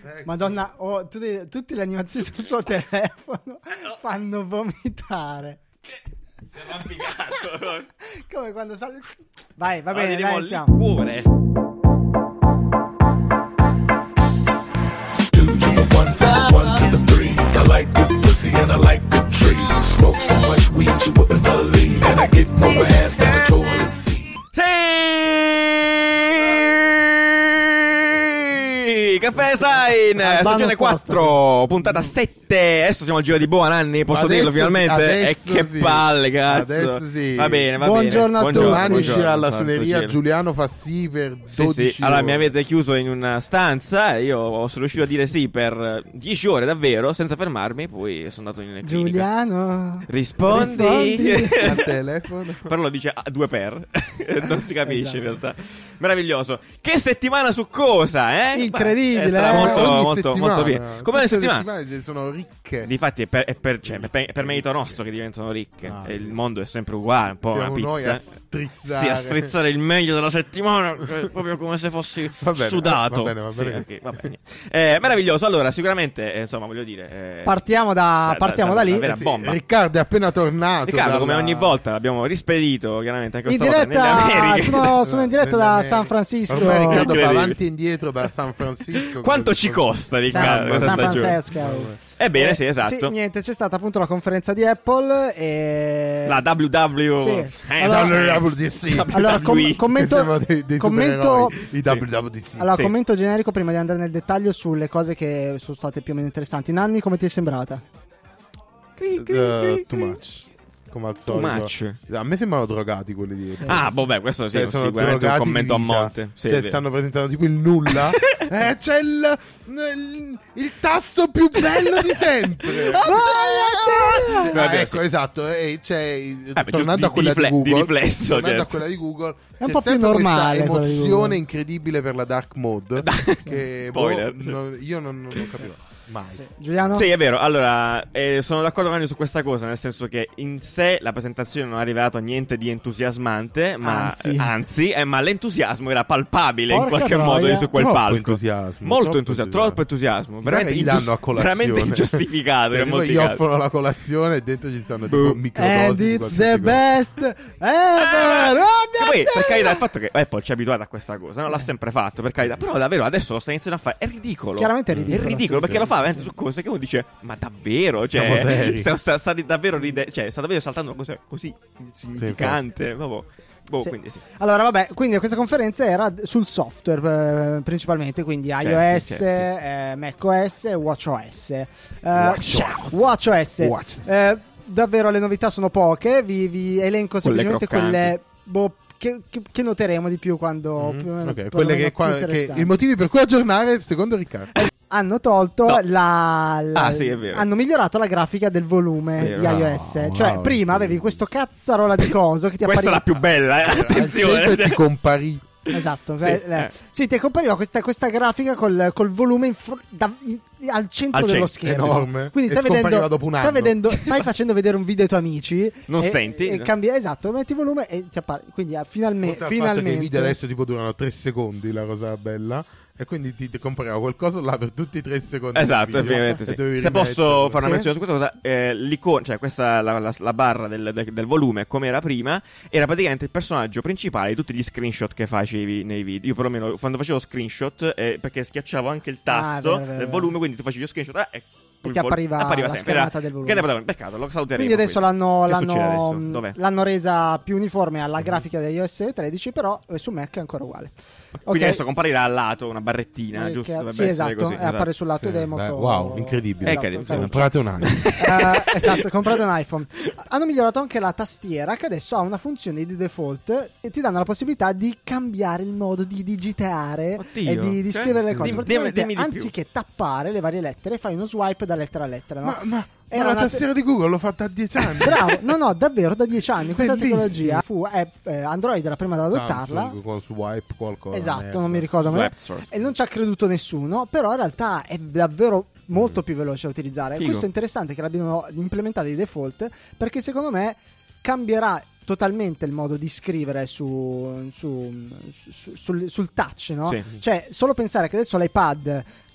Madonna, tutte le animazioni sul suo telefono fanno vomitare. Come quando sale. Vai, va bene, dai, iniziamo. Cuore. One, two, three. I like good pussy and I like good trees. Smoke so much weed you wouldn't believe, and I get more ass than a toilet seat. Sì! Caffè Sign, stagione 4, puntata 7. Adesso siamo al giro di boa, Nanni, posso dirlo finalmente? E che palle, cazzo. Adesso sì. Va bene, va Buongiorno bene. a tutti. Domani uscirà alla santo suoneria cielo. Giuliano fa sì per 12 Sì. Allora ore. mi avete chiuso in una stanza, io sono riuscito a dire sì per 10 ore davvero, senza fermarmi, poi sono andato in clinica. Giuliano, Rispondi. Al telefono. Però lo dice a due per. Non si capisce Esatto. in realtà. Meraviglioso. Che settimana succosa, eh? Incredibile, Beh, sarà molto, Ogni molto, settimana. molto pieno. Come ogni Tutte le settimana. settimane sono ricche. Difatti è per merito nostro che diventano ricche. Ah, E il mondo è sempre uguale, un po' Siamo una noi pizza. a strizzare. Sì, a strizzare il meglio della settimana, proprio come se fossi Va bene, sudato. va bene. Sì, ok, va bene. Meraviglioso. Allora, sicuramente, insomma, voglio dire. partiamo da lì. vera bomba. Riccardo è appena tornato. Riccardo, come dalla- ogni volta, l'abbiamo rispedito chiaramente anche In questa volta nelle diretta, Americhe. sono in diretta Nelle da Americhe. San Francisco. Ormai Riccardo fa Incredibile. avanti e indietro da San Francisco. Quanto ci costa, Riccardo, questa San stagione? Francisco. Ebbene, sì, esatto. Sì, niente, c'è stata appunto la conferenza di Apple e La WW. Sì. WWDC. allora commento Siamo dei commento supereroi, i WWDC. allora, Sì. commento generico prima di andare nel dettaglio sulle cose che sono state più o meno interessanti. Nanni, come ti è sembrata? Too much. Come al Too solito. much. A me sembrano drogati quelli di Ah, vabbè, questo sì, Cioè, sono sicuramente un drogati commento a di vita. monte. Sì, è Cioè, vero. stanno presentando tipo il nulla. C'è il tasto più bello di sempre. Vabbè, Ecco, sì. esatto. C'è, Beh, tornando giusto a quella di di Google, riflesso, tornando certo. a quella di Google, È un c'è po' più sempre normale questa quella di emozione Google. incredibile per la dark mode. Che Spoiler. io non lo capirò mai. Giuliano? Sì, è vero. Allora, sono d'accordo con Anni su questa cosa, nel senso che in sé la presentazione non ha rivelato niente di entusiasmante, ma ma l'entusiasmo era palpabile in Porca qualche troia. modo su quel Troppo palco. entusiasmo, Molto troppo entusiasmo, entusiasmo. troppo entusiasmo. Chissà che gli danno a colazione. Veramente ingiustificato. Cioè, in tipo, molti gli casi. offrono la colazione e dentro ci stanno tipo microdosi And di it's qualsiasi the cosa. best ever. Che poi, per carità, il fatto che Apple ci ha abituato a questa cosa, no? L'ha sempre fatto, per carità. Però davvero adesso lo sta iniziando a fare. È ridicolo. Chiaramente è ridicolo, È ridicolo sì, perché sì, lo fa veramente su cose che uno dice: ma davvero? Siamo Cioè, seri. sta davvero cioè, sta davvero saltando una cosa così insignificante. Sì. Quindi sì. Allora, vabbè, quindi questa conferenza era sul software principalmente, quindi iOS, certo. macOS e watchOS. WatchOS. WatchOS. Davvero le novità sono poche, vi elenco semplicemente quelle che noteremo di più quando più o meno, Ok, più o quelle meno che, più che interessanti. i motivi per cui aggiornare secondo Riccardo. Hanno tolto No. Sì, è vero. hanno migliorato la grafica del volume Vero. di iOS. Wow, Cioè, wow, prima avevi questo cazzarola di coso che ti Questa è appariva. la più bella, Al attenzione. centro ti comparì. Esatto, Sì, sì, ti compariva questa grafica col volume al centro dello centro, schermo. enorme. Quindi E scompariva dopo un anno. stai facendo vedere un video ai tuoi amici. Non e, senti. E cambia, esatto, metti volume e ti appare. Quindi finalmente. Oltre al fatto che i video adesso tipo durano 3 secondi, la cosa bella. E quindi ti compariva qualcosa là per tutti i 3 secondi. Esatto, del video, effettivamente e sì. dovevi Se posso rimetterlo. fare una Sì. menzione su questa cosa, l'icona, cioè questa la barra del volume come era prima, era praticamente il personaggio principale di tutti gli screenshot che facevi nei video. Io perlomeno quando facevo screenshot, perché schiacciavo anche il tasto vero, del volume, quindi tu facevi lo screenshot e ti appariva la sempre. schermata del volume. Che ne parlavamo? Peccato, lo saluteremo. Quindi adesso Che succede adesso? Dov'è? l'hanno resa più uniforme alla grafica di iOS 13, però su Mac è ancora uguale. Quindi Ok. adesso comparirà al lato una barrettina, Che- giusto? Dovrebbe sì, essere esatto, così, e appare sul lato ed è Beh, molto wow, incredibile. Esatto, Incredibile. Comprate un iPhone. Esatto, comprate un iPhone. Hanno migliorato anche la tastiera, che adesso ha una funzione di default e ti danno la possibilità di cambiare il modo di digitare Oddio, e di cioè, scrivere le cose. dimmi Praticamente, di più. anziché tappare le varie lettere, fai uno swipe da lettera a lettera, no? Ma Era la una tastiera di Google l'ho fatta a 10 anni. Bravo, no, davvero da 10 anni questa Bellissimo. tecnologia Android era prima ad adottarla. Samsung con swipe qualcosa. Esatto, merda. non mi ricordo mai. Web source. E non ci ha creduto nessuno, però in realtà è davvero molto più veloce da utilizzare. Figo. Questo è interessante che l'abbiano implementato di default, perché secondo me cambierà totalmente il modo di scrivere sul touch, no? Sì. Cioè, solo pensare che adesso l'iPad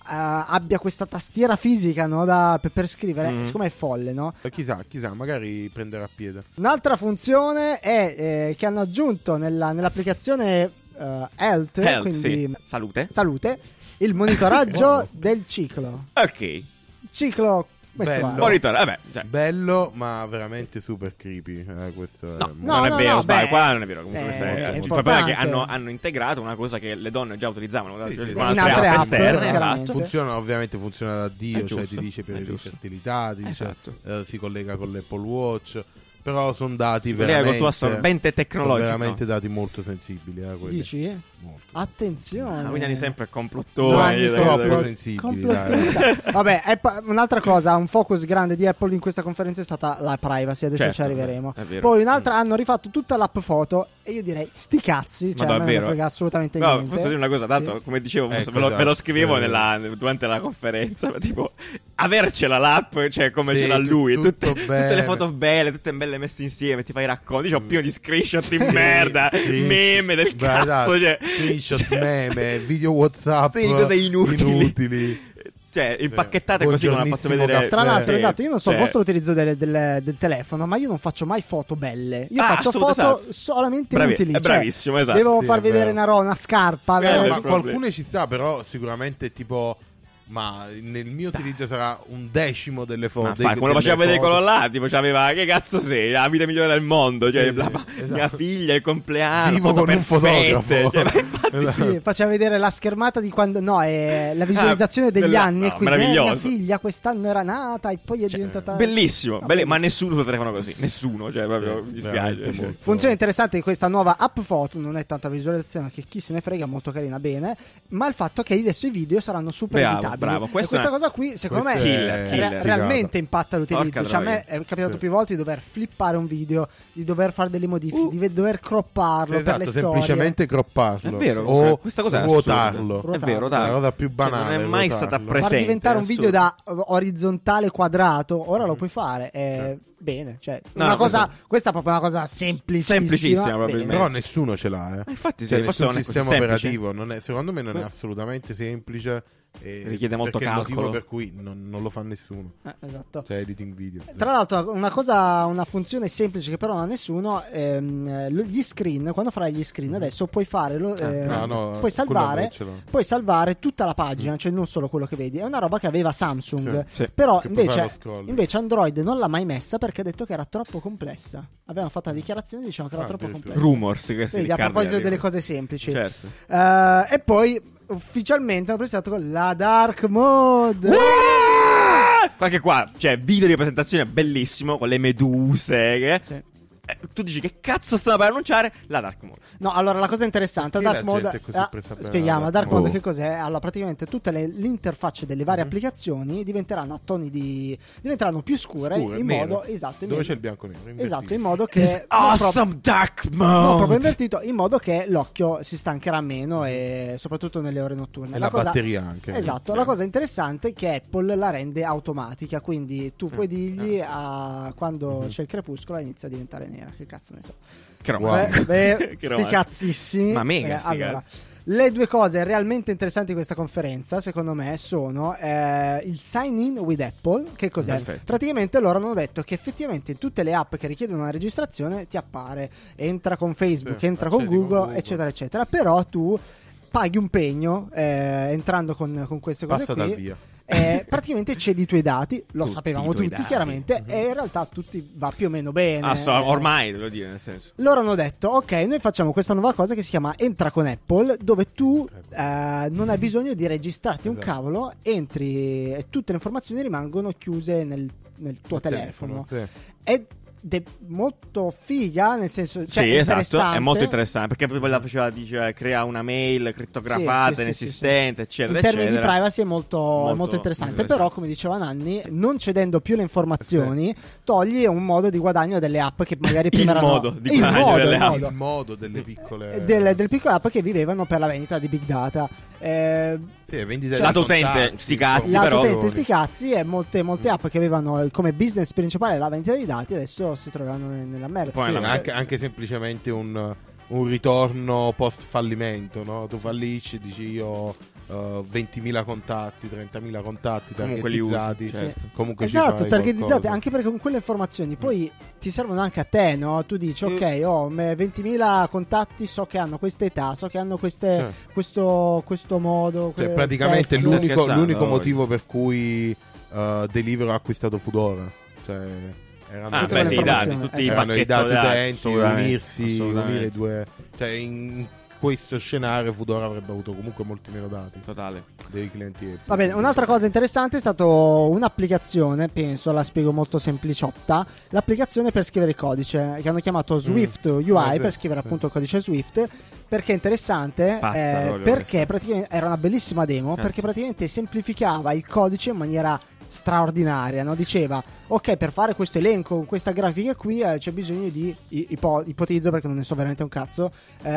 abbia questa tastiera fisica, no, per scrivere, secondo me è folle, no? Chissà, magari prenderà piede. Un'altra funzione è che hanno aggiunto nell'applicazione Health, quindi sì. Salute, il monitoraggio del ciclo. ok. Ciclo Bello. Monitor, vabbè, cioè. Bello, ma veramente super creepy. Questo è Non è vero, sbaglio, qua non è vero. Comunque è il problema è che importante. hanno integrato una cosa che le donne già utilizzavano Sì, sì, con sì. In altre altre app app, esterne, chiaramente. esatto. Funziona da Dio, È cioè giusto, ti dice è periodi di giusto. fertilità, ti dice, Esatto. si collega con l'Apple Watch. Però sono dati Collega veramente col tuo assorbente tecnologico. sono veramente dati molto sensibili, quelli. Dici? Molto. Attenzione. Quindi hanno sempre Giovanni, complottoni. troppo sensibili, complottista. Vabbè, un'altra cosa, un focus grande di Apple in questa conferenza è stata la privacy, adesso Certo, ci arriveremo. è vero. Poi un'altra, hanno rifatto tutta l'app foto e io direi sti cazzi, cioè Ma a me non davvero? me frega assolutamente No, niente. posso dire una cosa, tanto Sì. come dicevo, Ecco, ve lo scrivevo esatto. durante la conferenza, tipo avercela l'app, cioè come Sì, ce l'ha lui, tutto tutte bene. le foto belle, tutte belle messe insieme, ti fai i racconti, c'ho pieno di screenshot di merda, meme del cazzo, cioè screenshot, meme, video WhatsApp, sì, cose inutili. Cioè, impacchettate così come ha fatto Buongiornissimo vedere. caffè. Tra l'altro, Sì. esatto, io non so il Cioè, vostro utilizzo del telefono, ma io non faccio mai foto belle. Io faccio foto esatto. solamente Bravi- utili. è cioè, bravissimo, esatto. Devo Sì, far è vedere vero. una scarpa. Quello è Ma il problema. qualcuno ci sta, però sicuramente tipo. Ma nel mio utilizzo sarà un decimo delle foto. Ma come lo faceva vedere quello là, tipo c'aveva che cazzo sei, la vita migliore del mondo, cioè Sì, sì, mia esatto. figlia, il compleanno, Vivo foto con un perfette, fotografo. cioè, ma infatti Esatto. Sì, faceva vedere la schermata di quando. No, è la visualizzazione degli anni. no, E quindi mia meraviglioso. figlia quest'anno era nata e poi è diventata. bellissimo, No, ma nessuno sul telefono così, nessuno, cioè proprio Sì, mi veramente spiace. molto. Funzione interessante di questa nuova app foto non è tanto la visualizzazione, che chi se ne frega, molto carina, bene, ma il fatto che adesso i video saranno super Bravo, editabili. bravo. E Questa questa è una- cosa qui, secondo me, Questa è killer. realmente impatta l'utilizzo. Porca Cioè, a me troia. è capitato Sì. più volte di dover flippare un video, di dover fare delle modifiche, di dover cropparlo per Esatto, le storie. semplicemente cropparlo. È vero, o questa cosa è ruotarlo. assurda. È vero, dai. La cosa più Cioè, banale. non è mai ruotarlo. stata presente. Far diventare un è video assurdo. da orizzontale quadrato, ora lo puoi fare. Bene, cioè, No, una cosa, questo- questa è proprio una cosa semplicissima. Semplicissima, Bene. probabilmente. Però nessuno ce l'ha, Infatti sì, Cioè, forse nessun non è così sistema semplice. operativo secondo me non è assolutamente semplice. Richiede molto perché calcolo. il motivo per cui non lo fa nessuno. Esatto. Cioè editing video. Tra l'altro, una funzione semplice che però non ha nessuno, gli screen, quando farai gli screen adesso puoi fare, no, puoi salvare, quello ce l'ho. puoi salvare tutta la pagina, cioè non solo quello che vedi. È una roba che aveva Samsung, Sì, sì. però Che puoi fare lo scroll. invece Android non l'ha mai messa perché ha detto che era troppo complessa. Avevano fatto una dichiarazione e dicevano che era troppo addirittura. complessa. Rumors, questi Vedi, a Riccardo proposito arrivano. delle cose semplici. Certo. E poi ufficialmente hanno presentato con la Dark Mode. Anche qua, cioè, video di presentazione bellissimo con le meduse. Che... Sì. Tu dici che cazzo stanno per annunciare? La Dark Mode. No, allora la cosa interessante, Perché Dark la Mode, gente è così presa per spieghiamo, la Dark Dark Mode Mode? che cos'è? Allora praticamente tutte l'interfacce delle varie applicazioni diventeranno a toni diventeranno più scure in nero. modo esatto, in Dove modo- c'è il bianco e nero? Invertito. esatto, in modo che This awesome Dark Mode. no, proprio invertito, in modo che l'occhio si stancherà meno e soprattutto nelle ore notturne. E la batteria anche. Esatto, la cosa interessante è che Apple la rende automatica, quindi tu puoi dirgli quando c'è il crepuscolo inizia a diventare nera, che cazzo ne so. Che Wow. romantico. Beh, Che sti romantico. cazzissimi. Ma mega sti allora, cazzi. le due cose realmente interessanti di questa conferenza, secondo me, sono il sign in with Apple. Che cos'è? Perfetto. Praticamente loro hanno detto che effettivamente in tutte le app che richiedono una registrazione ti appare, entra con Facebook, Sì, entra con accedi con Google, Google. eccetera, eccetera. Però tu paghi un pegno entrando con queste cose Passa qui. dal via. Praticamente cedi i tuoi dati, lo Tutti sapevamo i tuoi tutti dati. chiaramente, e in realtà tutti va più o meno bene. Ormai, devo dire, nel senso. Loro hanno detto: ok, noi facciamo questa nuova cosa che si chiama Entra con Apple, dove tu non hai bisogno di registrarti un Esatto. cavolo, entri e tutte le informazioni rimangono chiuse nel tuo Il telefono. sì. Ed è molto figa, nel senso, cioè, sì, è esatto, interessante. è molto interessante perché poi la faceva, dice, crea una mail crittografata, Sì, sì, inesistente, sì. eccetera, In termini di eccetera. privacy è molto interessante. Però, come diceva Nanni, non cedendo più le informazioni, togli un modo di guadagno delle app che magari prima Il erano modo di guadagno delle app. Il modo delle piccole del piccole app che vivevano per la vendita di big data. sì, vendite Cioè, di lato utente, contatti, sti cazzi, Lato però- utente sti cazzi, e molte app che avevano come business principale la vendita di dati adesso si trovano nella merda. Poi Sì, la- anche semplicemente un ritorno post fallimento, no? Tu fallisci e dici io 20.000 contatti, 30.000 contatti Comunque li usi, targetizzati, certo. comunque ci Esatto, fai targetizzati, qualcosa. anche perché con quelle informazioni poi ti servono anche a te, no? Tu dici, ok, ho 20.000 contatti, so che hanno questa età, so che hanno queste, questo modo. Cioè, praticamente sesso. l'unico Scherzando, motivo per cui Deliveroo ha acquistato Foodora. Cioè, erano Tutte quelle i dati, informazioni. tutti i erano i pacchetti dati utenti, assolutamente. unire i due. Cioè, in questo scenario Foodora avrebbe avuto comunque molti meno dati Totale. dei clienti Apple. Va bene, un'altra cosa interessante è stato un'applicazione, penso, la spiego molto sempliciotta, l'applicazione per scrivere il codice, che hanno chiamato Swift UI, sì, per scrivere appunto il codice Swift, perché è interessante, Pazza proprio perché questa. praticamente era una bellissima demo, Cazzo. perché praticamente semplificava il codice in maniera straordinaria, no? Diceva, ok, per fare questo elenco con questa grafica qui c'è bisogno di, ipotizzo perché non ne so veramente un cazzo,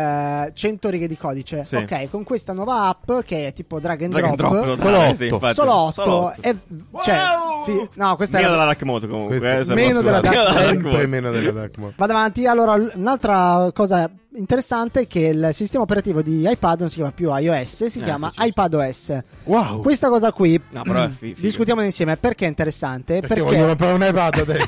100 righe di codice. Sì. Ok, con questa nuova app che è tipo drag and Drag and drop, drop, lo Solo sai, otto. sì, infatti. solo 8 Solo otto. cioè, no, questa Meno era della Dark Mode comunque. Questo- meno posso della dire. Dark Meno sempre Mode. meno della Dark Mode. Vado avanti. Allora, un'altra cosa interessante è che il sistema operativo di iPad non si chiama più iOS, si chiama sì, sì. iPadOS. Wow, Questa cosa qui No, però è figo. discutiamone insieme perché è interessante. perché voglio comprare un iPad adesso.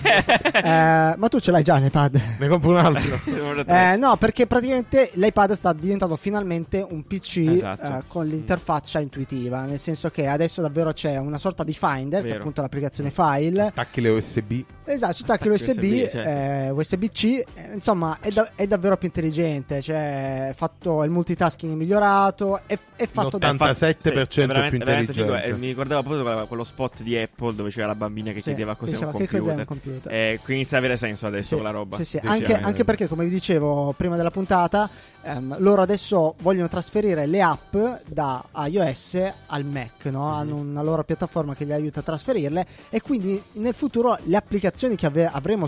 Ma tu ce l'hai già l'iPad? Ne compro un altro. No, perché praticamente l'iPad sta diventando finalmente un PC Esatto. con l'interfaccia intuitiva, nel senso che adesso davvero c'è una sorta di Finder, che è Vero. appunto l'applicazione file. Attacchi le USB. Esatto, ci attacchi Attacchi l'USB, USB, certo. USB-C, insomma è davvero più intelligente, cioè è fatto il multitasking è migliorato, è fatto da... 87% Sì, più veramente intelligente. figo. Mi ricordavo proprio quello spot di Apple dove c'era la bambina che Sì, chiedeva cos'è diceva, un che computer. cos'è un computer? Quindi inizia a avere senso adesso Sì, quella roba. sì, sì. Decisamente. Anche perché, come vi dicevo prima della puntata, loro adesso vogliono trasferire le app da iOS al Mac, no? Hanno una loro piattaforma che li aiuta a trasferirle, e quindi nel futuro le applicazioni che avremo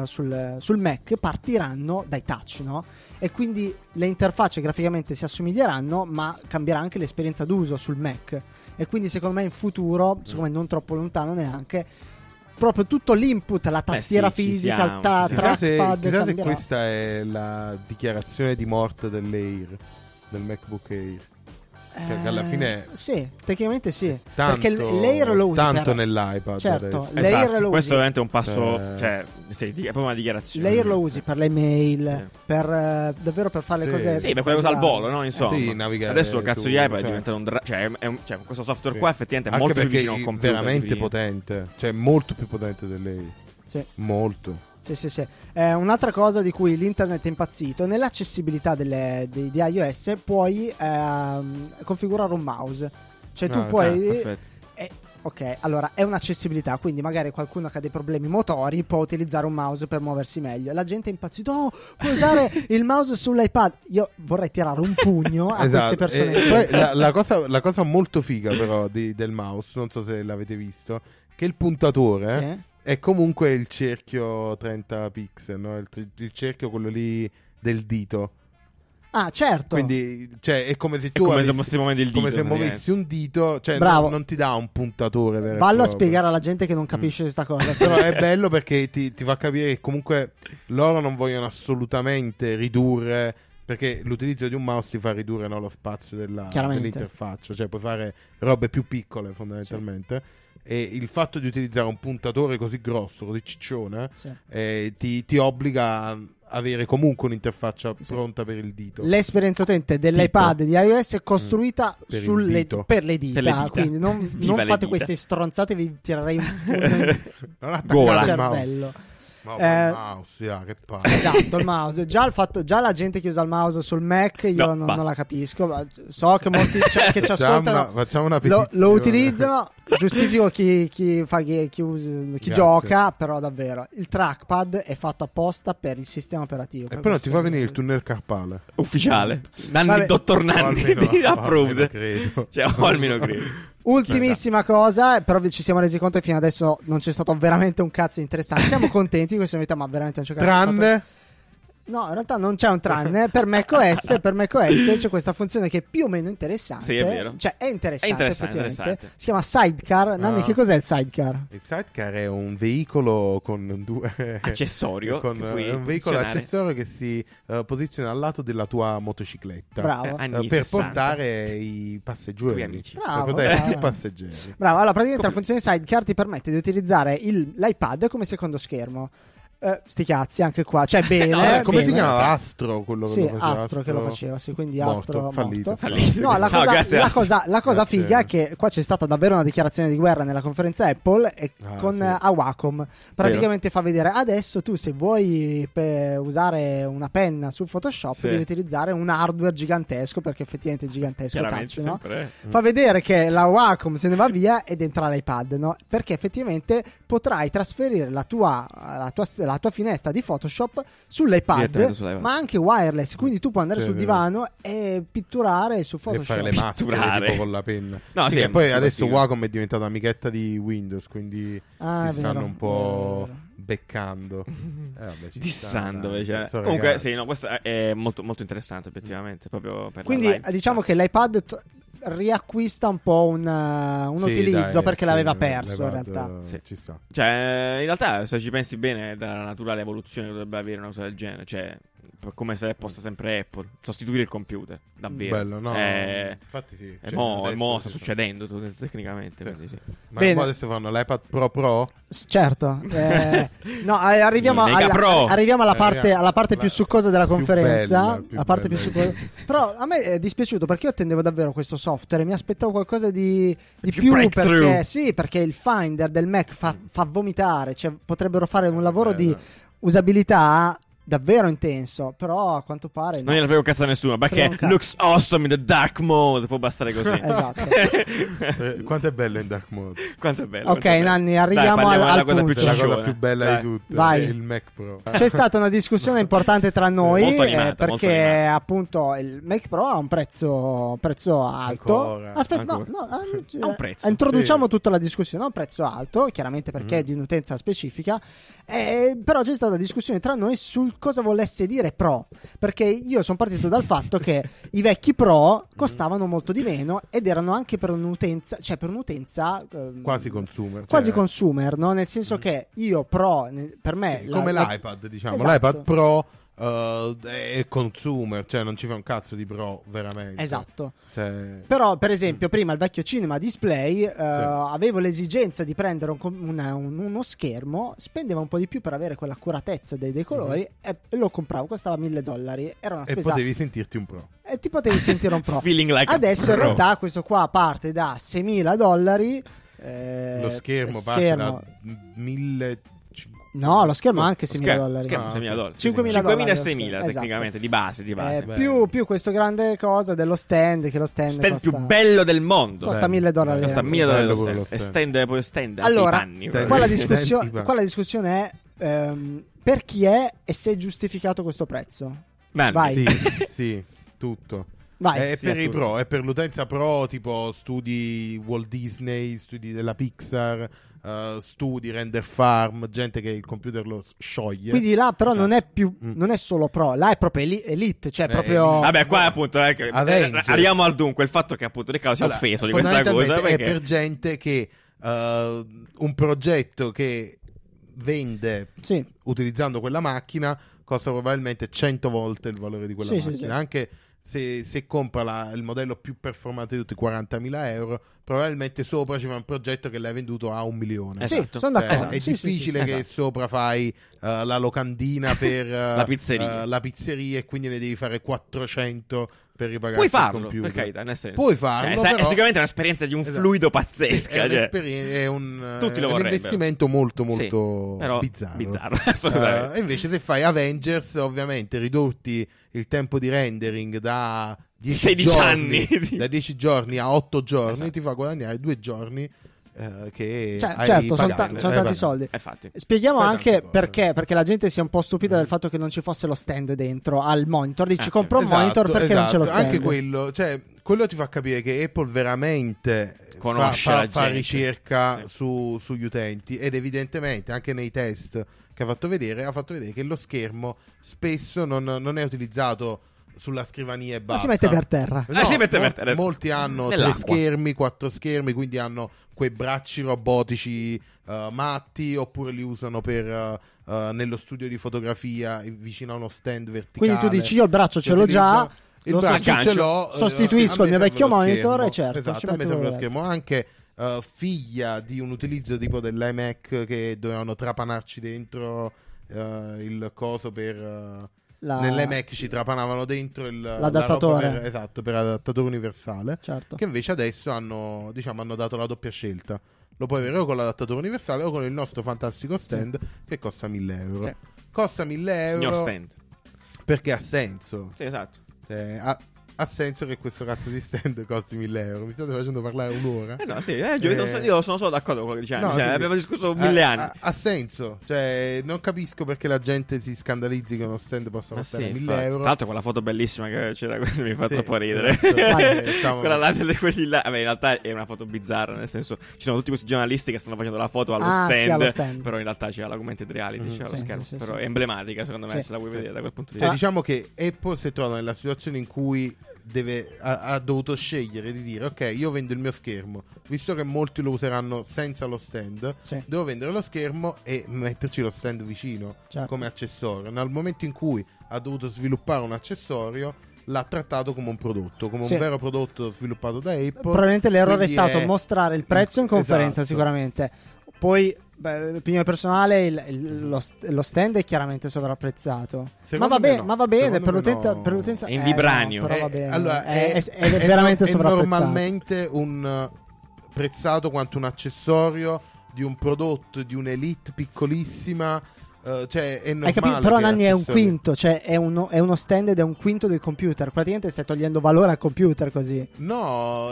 sul Mac partiranno dai touch, no? E quindi le interfacce graficamente si assomiglieranno, ma cambierà anche l'esperienza d'uso sul Mac. E quindi secondo me in futuro, secondo me non troppo lontano neanche, proprio tutto l'input, la tastiera sì, ci fisica, siamo, il ci Chissà trackpad se cambierà. questa è la dichiarazione di morte dell'Air, del MacBook Air. Che alla fine sì, tecnicamente sì, tanto, perché l'Air lo usi tanto per... nell'iPad Certo, adesso. l'Air Esatto, lo questo usi. ovviamente è un passo, Cioè, sì, è proprio una dichiarazione. L'Air lo usi per le mail, Sì. per davvero per fare le Sì. cose. Sì, per quelle cose al volo, no? Insomma. Sì, navigare Adesso il cazzo su, di iPad cioè. è diventato un cioè questo software Sì. qua effettivamente è Anche molto più perché vicino a un computer. veramente di prima. potente, cioè molto più potente dell'Air. Sì. Molto. Sì. Un'altra cosa di cui l'internet è impazzito, nell'accessibilità di iOS puoi configurare un mouse. Cioè tu Ah, puoi... perfetto. Ok, allora è un'accessibilità, quindi magari qualcuno che ha dei problemi motori può utilizzare un mouse per muoversi meglio. La gente è impazzita, oh, puoi usare il mouse sull'iPad. Io vorrei tirare un pugno a queste persone. E poi la cosa molto figa però del mouse, non so se l'avete visto, che il puntatore Sì. è comunque il cerchio 30 pixel, no? Il cerchio quello lì del dito. Ah, certo. Quindi, cioè, è come se tu come se avessi- fossi muovendo il dito, come se praticamente. muovessi un dito, cioè Bravo. non ti dà un puntatore vero e Vallo a proprio. spiegare alla gente che non capisce questa cosa. Però è bello perché ti fa capire che comunque loro non vogliono assolutamente ridurre, perché l'utilizzo di un mouse ti fa ridurre, no, lo spazio Chiaramente. dell'interfaccia, cioè puoi fare robe più piccole fondamentalmente. E il fatto di utilizzare un puntatore così grosso, così ciccione, Sì. ti obbliga a avere comunque un'interfaccia pronta per il dito. L'esperienza utente dell'iPad di iOS è costruita Per il per le dita, Per le dita. quindi non Viva le fate dita. queste stronzate, vi tirerei un pugno in Non attaccare Gola. il il mouse. cervello. Ma Eh, il mouse, che palle. Esatto, il mouse. Già la gente che usa il mouse sul Mac io No, non basta. la capisco. Ma so che molti che ci ascoltano Facciamo una lo petizione. utilizzano. Giustifico chi Grazie. gioca, però davvero il trackpad è fatto apposta per il sistema operativo. E poi non ti fa venire il tunnel carpale. Ufficiale. Nanni, Vabbè. dottor O Nanni. almeno Approved. credo. Cioè, o almeno credo. Ultimissima cosa, però ci siamo resi conto che fino adesso non c'è stato veramente un cazzo interessante. Siamo contenti di questa novità, ma veramente non c'è cazzo. Tranne No, in realtà non c'è un tranne. Per macOS c'è questa funzione che è più o meno interessante. Sì, è vero. Cioè, è interessante, effettivamente. interessante. Si chiama Sidecar. Nanni, che cos'è il Sidecar? Il sidecar è un veicolo con due accessorio. è un veicolo accessorio che si posiziona al lato della tua motocicletta. Bravo. Anni Per 60. portare i passeggeri. Tuoi amici. Bravo, Per portare bravo. più passeggeri. Bravo, allora praticamente la funzione Sidecar ti permette di utilizzare l'iPad come secondo schermo. Sti cazzi, anche qua. Cioè, bene. Come bene. si chiama? Astro, quello che Sì, lo faceva. Astro che lo faceva, sì, quindi Morto, Astro fallito. morto. No, la Ciao, grazie, Astro. cosa Grazie. figa è che qua c'è stata davvero una dichiarazione di guerra nella conferenza Apple e con sì. a Wacom. Praticamente fa vedere adesso tu se vuoi usare una penna su Photoshop Sì. devi utilizzare un hardware gigantesco, perché effettivamente è gigantesco il Chiaramente, touch, no? sempre. Fa vedere che la Wacom se ne va via ed entra l'iPad, no? Perché effettivamente potrai trasferire la tua finestra di Photoshop sull'iPad, Direttamente sull'iPad. ma anche wireless, quindi tu puoi andare Sì, sul sì. pitturare e pitturare su E Photoshop. fare le maschere Pitturare. tipo con la penna. No, sì, e è poi molto adesso figo. Wacom è diventata amichetta di Windows, quindi Ah, si è vero, stanno un po' vero. beccando. Vabbè, ci Dissando, sta, dai, cioè. sono Comunque, ragazzi. sì, no, questo è molto, molto interessante, obiettivamente. Proprio per Quindi la live. diciamo che l'iPad riacquista un po' un Sì, utilizzo, dai, perché sì, l'aveva perso in l'iPad, realtà. Sì. Ci sta. Cioè, in realtà, se ci pensi bene, è dalla naturale evoluzione che dovrebbe avere una cosa del genere. Cioè, come se l'è posta sempre Apple. Sostituire il computer, davvero. Bello, no? Infatti sì. E Cioè, mo adesso sta ci succedendo tecnicamente. Sì. Quindi sì. Ma Bene. mo adesso fanno l'iPad Pro? Certo, no, arriviamo, Mega Pro. arriviamo alla parte La- più succosa della più conferenza. bella, più la parte più bella. succosa. Però a me è dispiaciuto perché io attendevo davvero questo software. Mi aspettavo qualcosa di Più più. breakthrough. Perché il Finder del Mac fa vomitare. Cioè, potrebbero fare un lavoro di bello. usabilità davvero intenso. Però a quanto pare no. Non gliene frega un cazzo a nessuno, Frega perché un cazzo. looks awesome in the dark mode. Può bastare così. Esatto. Quanto è bello in dark mode? Quanto è bello. Ok, quanto è bello. Nanni, arriviamo Dai, parliamo al della cosa punto. più È la cosa cicciona. più bella Dai. di tutte. Vai. Il Mac Pro. C'è stata una discussione importante tra noi Molto animata, molto perché animata. appunto il Mac Pro ha un prezzo alto. Ancora. Aspetta, Ancora. no, Ha un prezzo. introduciamo Sì. tutta la discussione. Ha un prezzo alto, chiaramente perché è di un'utenza specifica. Però c'è stata discussione tra noi sul cosa volesse dire Pro. Perché io sono partito dal fatto che i vecchi Pro costavano molto di meno ed erano anche per un'utenza, cioè per un'utenza Quasi consumer. quasi cioè, consumer, no? Nel senso che io Pro, per me come l'iPad, diciamo. Esatto. L'iPad Pro è consumer, cioè non ci fa un cazzo di Pro, veramente. Esatto. Cioè, Però, per esempio, prima il vecchio Cinema Display avevo l'esigenza di prendere uno schermo, spendeva un po' di più per avere quell'accuratezza dei colori e lo compravo, costava $1,000. Era una e spesa. potevi sentirti un Pro. E ti potevi sentire un Pro. Feeling like a Adesso in pro. realtà questo qua parte da $6.000. Lo schermo parte da 1.500. No, lo schermo anche Lo $6.000. schermo, Ah, $6.000. 5.000 e 6.000 esatto. tecnicamente, di base. bello. più questo grande cosa dello stand, che lo stand, Stand costa, più bello del mondo. costa Bello. $1.000. Costa $1.000 Bello lo pure lo stand. E stand. poi stand. Allora, anche i panni, stand- qua la proprio. discussione, Senti, qua la discussione è per chi è e se è giustificato questo prezzo. Bene. Vai. Sì, sì, tutto. Vai. È Sì, per a i tutti. pro, è per l'utenza pro, tipo studi Walt Disney, studi della Pixar, studi Render Farm, gente che il computer lo scioglie. Quindi là però Esatto. non è più non è solo pro, là è proprio elite, cioè proprio elite. Vabbè, qua appunto Avengers. arriviamo al dunque. Il fatto che appunto Riccardo si è Allora, offeso di questa cosa. fondamentalmente Perché è per gente che un progetto che vende sì. utilizzando quella macchina costa probabilmente 100 volte il valore di quella Sì, sì, macchina. sì. Anche se compra il modello più performante di tutti, 40.000 euro, probabilmente sopra ci fa un progetto che l'hai venduto a 1 milione. Sì, Esatto. sono d'accordo. È Sì, difficile sì, sì, che esatto. sopra fai la locandina per La pizzeria. la pizzeria e quindi ne devi fare 400 per ripagare puoi il farlo, computer. per carità, nel senso. Puoi farlo, Cioè, è però- sicuramente un'esperienza di un Esatto. fluido Sì, pazzesca. è, cioè. è un, Tutti lo un vorrebbero. investimento molto molto Sì, però bizzarro. assolutamente. E invece se fai Avengers, ovviamente ridurti il tempo di rendering da 10 16 giorni, anni. da 10 giorni a 8 giorni, Esatto. ti fa guadagnare 2 giorni che Cioè, hai certo, sono pagato. tanti pagato. soldi. Infatti. Spieghiamo Fai anche tante cose. perché la gente si è un po' stupita del fatto che non ci fosse lo stand dentro al monitor. Dici compra un Esatto, monitor perché non c'è lo esatto. stand. Anche quello, cioè, quello ti fa capire che Apple veramente Conosce la fa gente. ricerca Sì. sugli utenti ed evidentemente anche nei test che ha fatto vedere che lo schermo spesso non è utilizzato sulla scrivania e Ma basta. si mette per terra. No, si mette per terra. Molti hanno 3 Nell'acqua. schermi, 4 schermi, quindi hanno quei bracci robotici matti, oppure li usano per nello studio di fotografia vicino a uno stand verticale. Quindi tu dici io il braccio ce l'ho già, il lo braccio aggancio, ce l'ho, sostituisco a il me mio serve vecchio lo monitor schermo. e certo, ci esatto, a me metto serve lo quello schermo anche figlia di un utilizzo tipo dell'iMac che dovevano trapanarci dentro il coso per nell'iMac ci trapanavano dentro l'adattatore. la roba esatto, per adattatore universale, Certo. che invece adesso hanno dato la doppia scelta. Lo puoi avere o con l'adattatore universale o con il nostro fantastico stand che costa 1.000 euro. Sì. Costa 1.000 euro Signor stand. perché ha senso. Sì, esatto. Cioè, ha senso che questo cazzo di stand costi 1.000 euro. Mi state facendo parlare un'ora? No, sì, io sono solo d'accordo con quello che diciamo. No, Cioè, sì, sì. abbiamo discusso 1000 anni. Ha senso. Cioè, non capisco perché la gente si scandalizzi che uno stand possa Ma costare sì, 1.000 infatti. euro. Tra l'altro quella foto bellissima che c'era mi fa Sì, troppo ridere. esatto. Quella là di quelli là. Vabbè, in realtà è una foto bizzarra, nel senso ci sono tutti questi giornalisti che stanno facendo la foto allo, Ah, stand, sì, allo stand. però in realtà c'è l'augmented reality, c'è lo Sì, schermo, sì, però sì. è emblematica secondo me Sì. se la vuoi vedere da quel punto di Cioè, vista. diciamo che Apple si è trovata nella situazione in cui ha dovuto scegliere di dire: ok, io vendo il mio schermo, visto che molti lo useranno senza lo stand, Sì. devo vendere lo schermo e metterci lo stand vicino Certo. come accessorio. Nel momento in cui ha dovuto sviluppare un accessorio, l'ha trattato come un prodotto, come Sì. un vero prodotto sviluppato da Apple. Probabilmente l'errore è Quindi stato mostrare il prezzo in conferenza, Esatto. sicuramente. Poi, opinione personale, lo stand è chiaramente sovrapprezzato. Secondo me no. Ma va bene Secondo per me no. per l'utenza. È in vibranio. No, però va bene. Allora, è veramente è sovrapprezzato. normalmente un prezzato quanto un accessorio di un prodotto di un'elite piccolissima. Cioè è normale. Hai capito? Però che Nanni è un accessori- quinto, cioè è uno stand ed è un quinto del computer. Praticamente stai togliendo valore al computer così. No,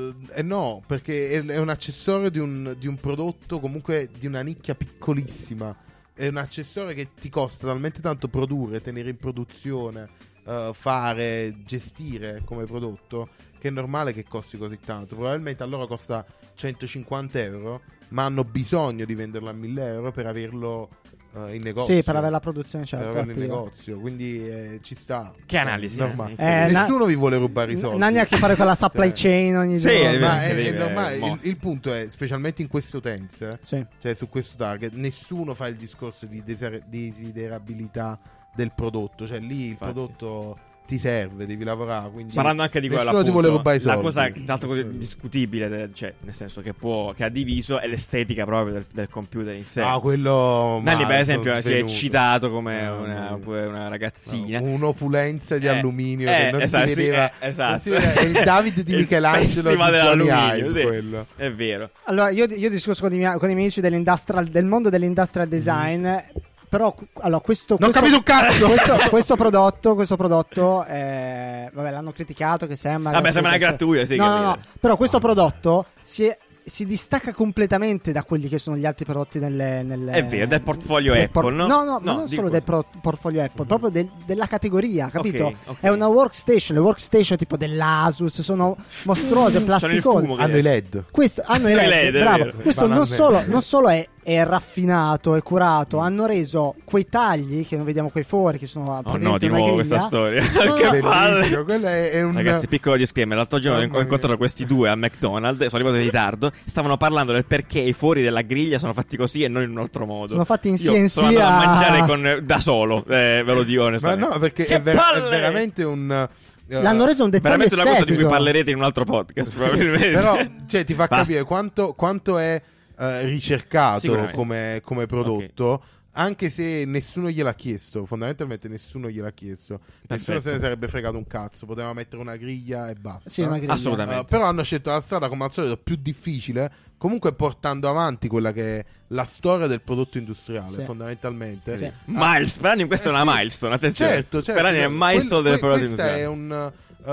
no, perché è un accessorio di un prodotto comunque di una nicchia piccolissima. È un accessorio che ti costa talmente tanto produrre, tenere in produzione, fare, gestire come prodotto, che è normale che costi così tanto. Probabilmente a loro costa 150 euro, ma hanno bisogno di venderlo a 1.000 euro per averlo in negozio. Sì, per avere la produzione, Per certo, averlo in attiva. negozio, quindi ci sta. Che analisi, normale. Na- Nessuno vi vuole rubare i soldi. Nanni ha a che fare con la supply chain ogni Sì, giorno. Ma è incredibile, normale. mosso. Il punto è, specialmente in queste utenze, Sì. cioè su questo target, nessuno fa il discorso di desiderabilità del prodotto. Cioè lì il Infatti. prodotto ti serve, devi lavorare. Quindi Parlando anche di quello, nessuno ti appunto, vuole rubare i soldi. la cosa tra l'altro discutibile, cioè nel senso che ha diviso, è l'estetica proprio del computer in sé. Ah, quello. Nanni per ma esempio sono si è svenuto. eccitato come Mamma mia. una ragazzina. Un'opulenza di alluminio che non esatto, si vedeva. sì, esatto. Non si vedeva. È il David di Il Michelangelo di festival Johnny dell'alluminio, Ive, sì. quello. È vero. Allora, io discusso con i miei amici del mondo dell'industrial design. Però, allora, Non capito un cazzo! questo prodotto, vabbè, l'hanno criticato che sembra. Vabbè, sembra una gratuita, sì. No, capito. no. Però questo prodotto si distacca completamente da quelli che sono gli altri prodotti nelle È vero, del portfolio del Apple, no? No, ma No, non di solo cosa? del portfolio Apple, proprio della categoria, capito? Ok. È una workstation, le workstation tipo dell'Asus sono mostruose, plasticose. fumo che- Hanno i LED. Questo hanno i LED, LED, è bravo. vero. Questo non Banalmente. solo è raffinato, è curato, hanno reso quei tagli che non vediamo quei fori che sono Oh praticamente no, di una nuovo griglia. questa storia. No, Che no. palle. Bellissimo. Quello è un. Ragazzi, piccolo disclaimer. L'altro giorno Mamma ho incontrato mia. questi due al McDonald's. Sono arrivato in ritardo. Stavano parlando del perché i fori della griglia sono fatti così e non in un altro modo. Sono fatti in Io CNC sono andato a a- mangiare da solo. Ve lo dico Ma onestamente. no, perché Che è palle! veramente un. L'hanno reso un dettaglio Veramente una cosa di cui estetico. parlerete in un altro podcast. Probabilmente. Però, cioè, ti fa Basta. capire quanto è ricercato Sicuramente. come prodotto. Anche se nessuno gliel'ha chiesto, fondamentalmente nessuno gliel'ha chiesto. Nessuno se ne sarebbe fregato un cazzo. Poteva mettere una griglia e basta. Sì, una griglia. Assolutamente. Però hanno scelto la strada, come al solito, più difficile. Comunque portando avanti quella che è la storia del prodotto industriale, Sì. fondamentalmente. Sì. Milestone. Per anni questa è una sì. milestone. Attenzione. Certo. Per anni è un milestone del prodotto Questa è industriale.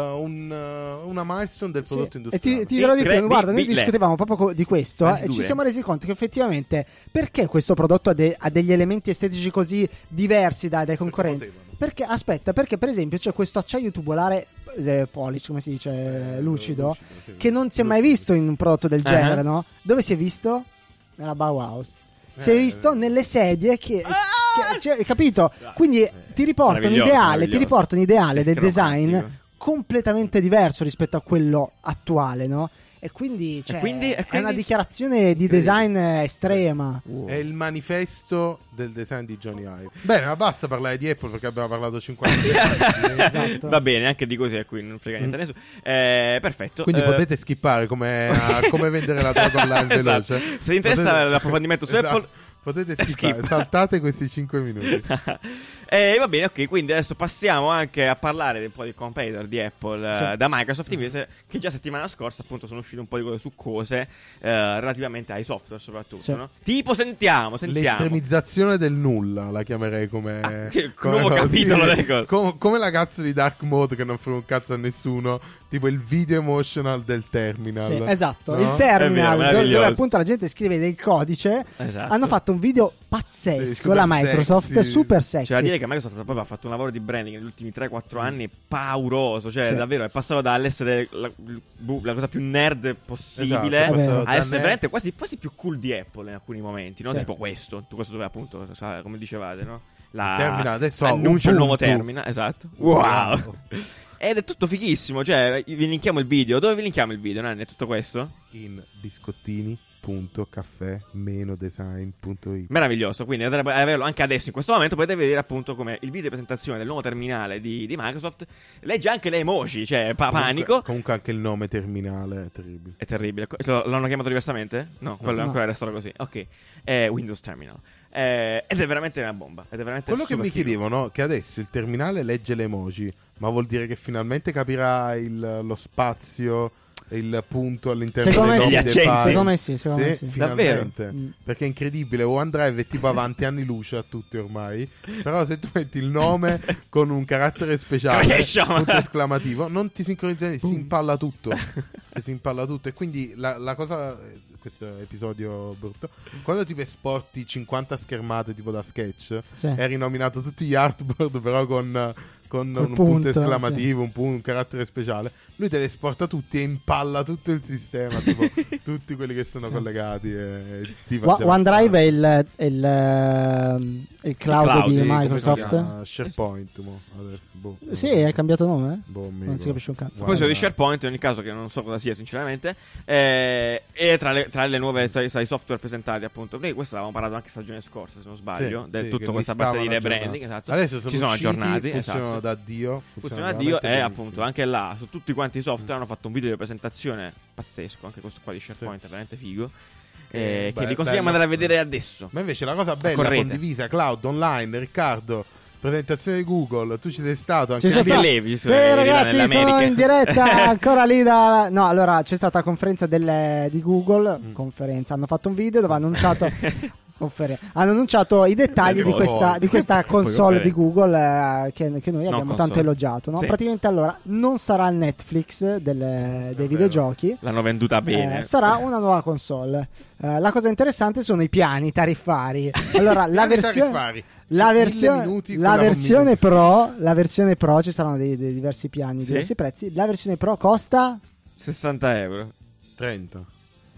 una milestone del Sì. prodotto E industriale. ti dirò di più, guarda, noi Incredibile. discutevamo proprio di questo Anzi, e ci due. siamo resi conto che effettivamente perché questo prodotto ha degli elementi estetici così diversi dai concorrenti? potevano. Perché per esempio c'è questo acciaio tubolare polish, come si dice, lucido, sì. che non si è mai visto in un prodotto del genere, Uh-huh. no? Dove si è visto? Nella Bauhaus. Si è visto nelle sedie che capito? Quindi ti riporta un ideale del design romantico. completamente diverso rispetto a quello attuale, no? E quindi, è una dichiarazione di design estrema. È il manifesto del design di Johnny Ive. Bene, ma basta parlare di Apple perché abbiamo parlato 50 minuti. Esatto. Va bene, anche di così qui non frega niente a nessuno. Perfetto. Quindi potete skippare come vendere la droga online Esatto. veloce. Se vi interessa l'approfondimento su Apple, potete skippare, saltate questi 5 minuti. va bene, ok, quindi adesso passiamo anche a parlare un po' di competitor di Apple da Microsoft, invece, che già settimana scorsa appunto sono uscite un po' di cose su cose relativamente ai software soprattutto, no? Tipo sentiamo. L'estremizzazione del nulla, la chiamerei come nuovo capitolo delle cose. come la cazzo di Dark Mode che non frega un cazzo a nessuno, tipo il video emotional del terminal. Sì, esatto, no? il terminal È vero, dove appunto la gente scrive del codice. Esatto. Hanno fatto un video pazzesco, super la Microsoft, sexy. super sexy. C'è da dire che Microsoft proprio ha fatto un lavoro di branding negli ultimi 3-4 anni pauroso, cioè Sì. davvero è passato dall'essere la cosa più nerd possibile Esatto, a essere veramente quasi più cool di Apple in alcuni momenti, no? Sì. Tipo questo dove appunto, come dicevate, no? Terminal, adesso annuncia il nuovo Ubuntu. terminal, esatto. Wow. Ed è tutto fighissimo, cioè vi linkiamo il video. Dove vi linkiamo il video, Nanni? È tutto questo? In biscottini.caffè-design.it. Meraviglioso, quindi andrebbe a averlo anche adesso in questo momento. Potete vedere appunto come il video di presentazione del nuovo terminale di Microsoft legge anche le emoji, cioè panico. Comunque anche il nome terminale è terribile. È terribile. L'hanno chiamato diversamente? No, quello No. ancora resta così. Ok, è Windows Terminal. Ed è veramente una bomba. Ed è veramente Quello che super mi figo. chiedevo, no? Che adesso il terminale legge le emoji, ma vuol dire che finalmente capirà lo spazio e il punto all'interno Secondo dei me nomi sì. dei file. Secondo me sì, secondo me sì. Finalmente. Mm. Perché è incredibile, OneDrive è tipo avanti anni luce a tutti ormai. Però se tu metti il nome con un carattere speciale, Question. punto esclamativo, non ti sincronizzi, si impalla tutto. Si impalla tutto. E quindi la cosa, questo episodio brutto, quando tipo esporti 50 schermate tipo da Sketch, Sì. è rinominato tutti gli artboard però con un punto, punto esclamativo, un carattere speciale. Lui te li esporta tutti e impalla tutto il sistema, tipo tutti quelli che sono collegati. OneDrive è il cloud di Microsoft. SharePoint, mo, adesso, boh. Sì, è cambiato nome? Boh, mi Non si ricordo. capisce un cazzo. Poi sono di SharePoint, in ogni caso, che non so cosa sia sinceramente, e tra le nuove i software presentati appunto, quindi questo l'avevamo parlato anche stagione scorsa se non sbaglio, Sì, del sì, tutto che questa listavano parte di aggiornati. rebranding, esatto. Adesso Ci sono usciti, aggiornati, funzionano esatto. da Dio. Funziona a Dio e appunto anche là su tutti quanti i software hanno fatto un video di presentazione pazzesco, anche questo qua di SharePoint è veramente figo, che vi consigliamo di andare a vedere adesso. Ma invece la cosa bella, Correte. condivisa, cloud, online, Riccardo, presentazione di Google, tu ci sei stato anche Ci sono Anche stato- Levi, Sì, là ragazzi, sono nell'America. in diretta ancora lì da... No, allora c'è stata conferenza di Google, conferenza, hanno fatto un video dove hanno annunciato hanno annunciato i dettagli di questa console di Google che noi abbiamo tanto elogiato, no? Sì. Praticamente allora non sarà il Netflix dei videogiochi, L'hanno venduta bene. sarà una nuova console. La cosa interessante sono i piani tariffari. Allora la versione la versione Pro ci saranno dei diversi piani, Sì? diversi prezzi. La versione Pro costa 60 euro. 30.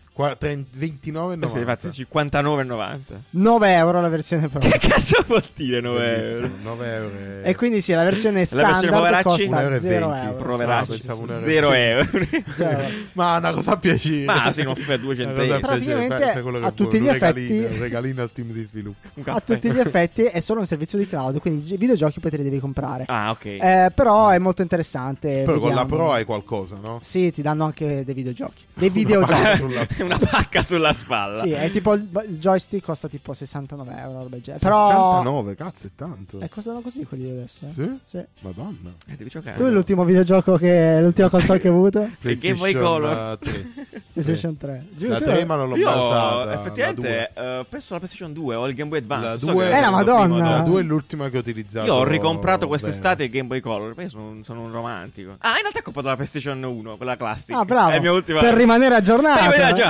29,90. Sì, infatti 59,90. 9 euro la versione Pro. Che cazzo vuol dire 9 euro? Bellissimo, 9 euro. E quindi sì, la versione La versione standard poveracci? costa 1,20 0 euro. euro. Proveracci. pensavo 1,20 0 euro. 0 euro. Ma una cosa a piacere. Ma sì, non fai 2 centesimi. Praticamente, a tutti gli effetti- un regalino al team di sviluppo. Un A caffè. tutti gli effetti è solo un servizio di cloud, quindi i videogiochi poi te li devi comprare. Ah, ok. Però è molto interessante. Però con la vediamo. Pro hai qualcosa, no? Sì, ti danno anche dei videogiochi. Dei videogiochi. Una pacca sulla spalla. Sì, è tipo il joystick costa tipo 69 euro, roba del genere. Però 69, cazzo, è tanto. costano così quelli adesso. Sì? Sì. Madonna. Devi giocare. Tu è l'ultimo videogioco l'ultima console che hai avuto? Il Game Boy Color. 3. PlayStation 3. Giù, La tu- 3 ma non l'ho mai Io usata. effettivamente penso alla PlayStation 2 o il Game Boy Advance. La So 2 che la è Madonna. La 2 è l'ultima che ho utilizzato. Io ho ricomprato quest'estate bene. il Game Boy Color. Perché sono un romantico. Ah, in realtà ho comprato la PlayStation 1, quella classica. Ah, bravo. È la mia ultima. Per rimanere aggiornato. Per rimanere aggiornato,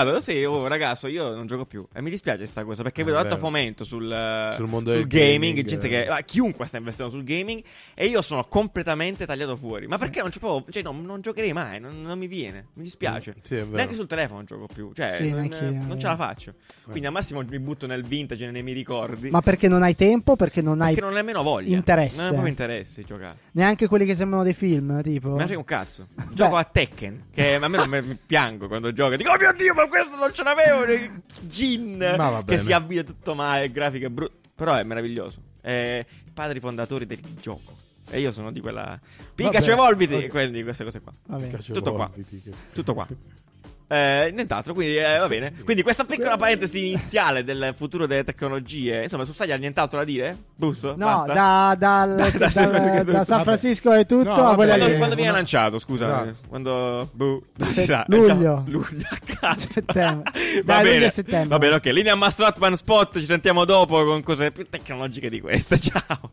pensato, sì, ragazzo, io non gioco più. E mi dispiace questa cosa, perché vedo tanto fomento sul mondo sul del gaming, gente che chiunque sta investendo sul gaming, e io sono completamente tagliato fuori. Ma perché non ci provo? Cioè, non giocherei mai, non mi viene. Mi dispiace. Sì, è vero. Neanche sul telefono non gioco più. Cioè, Sì, non neanch'io. ce la faccio. Quindi al massimo mi butto nel vintage, nei miei ricordi. Ma perché non hai tempo? Perché non hai perché non ho nemmeno voglia. interesse? Non ho proprio interesse di giocare. Neanche quelli che sembrano dei film, tipo? Me ne frega un cazzo. Gioco a Tekken, che a me non mi piango quando gioco. Dico, oh mio Dio, ma questo non ce l'avevo. Jin, Ma va che bene. si avvia tutto male, grafiche brutte. Però è meraviglioso. È i padri fondatori del gioco. E io sono di quella Pikachu Vabbè. evolviti. Ok. Quindi queste cose qua. Va bene. Pikachu Tutto qua. evolviti, che- Tutto qua. Nient'altro, quindi va bene. Quindi questa piccola parentesi iniziale del futuro delle tecnologie. Insomma, su Stadia niente altro da dire? Busto? No, Basta? da San Francisco è tutto. No, a vabbè, quella Quando, lì. quando viene lanciato, scusa? No. Quando non si sa. Luglio. Luglio a caso. Settembre. Va Dai, bene. luglio e settembre. Va bene, ok. Linea Mastratman Spot. Ci sentiamo dopo con cose più tecnologiche di queste. Ciao.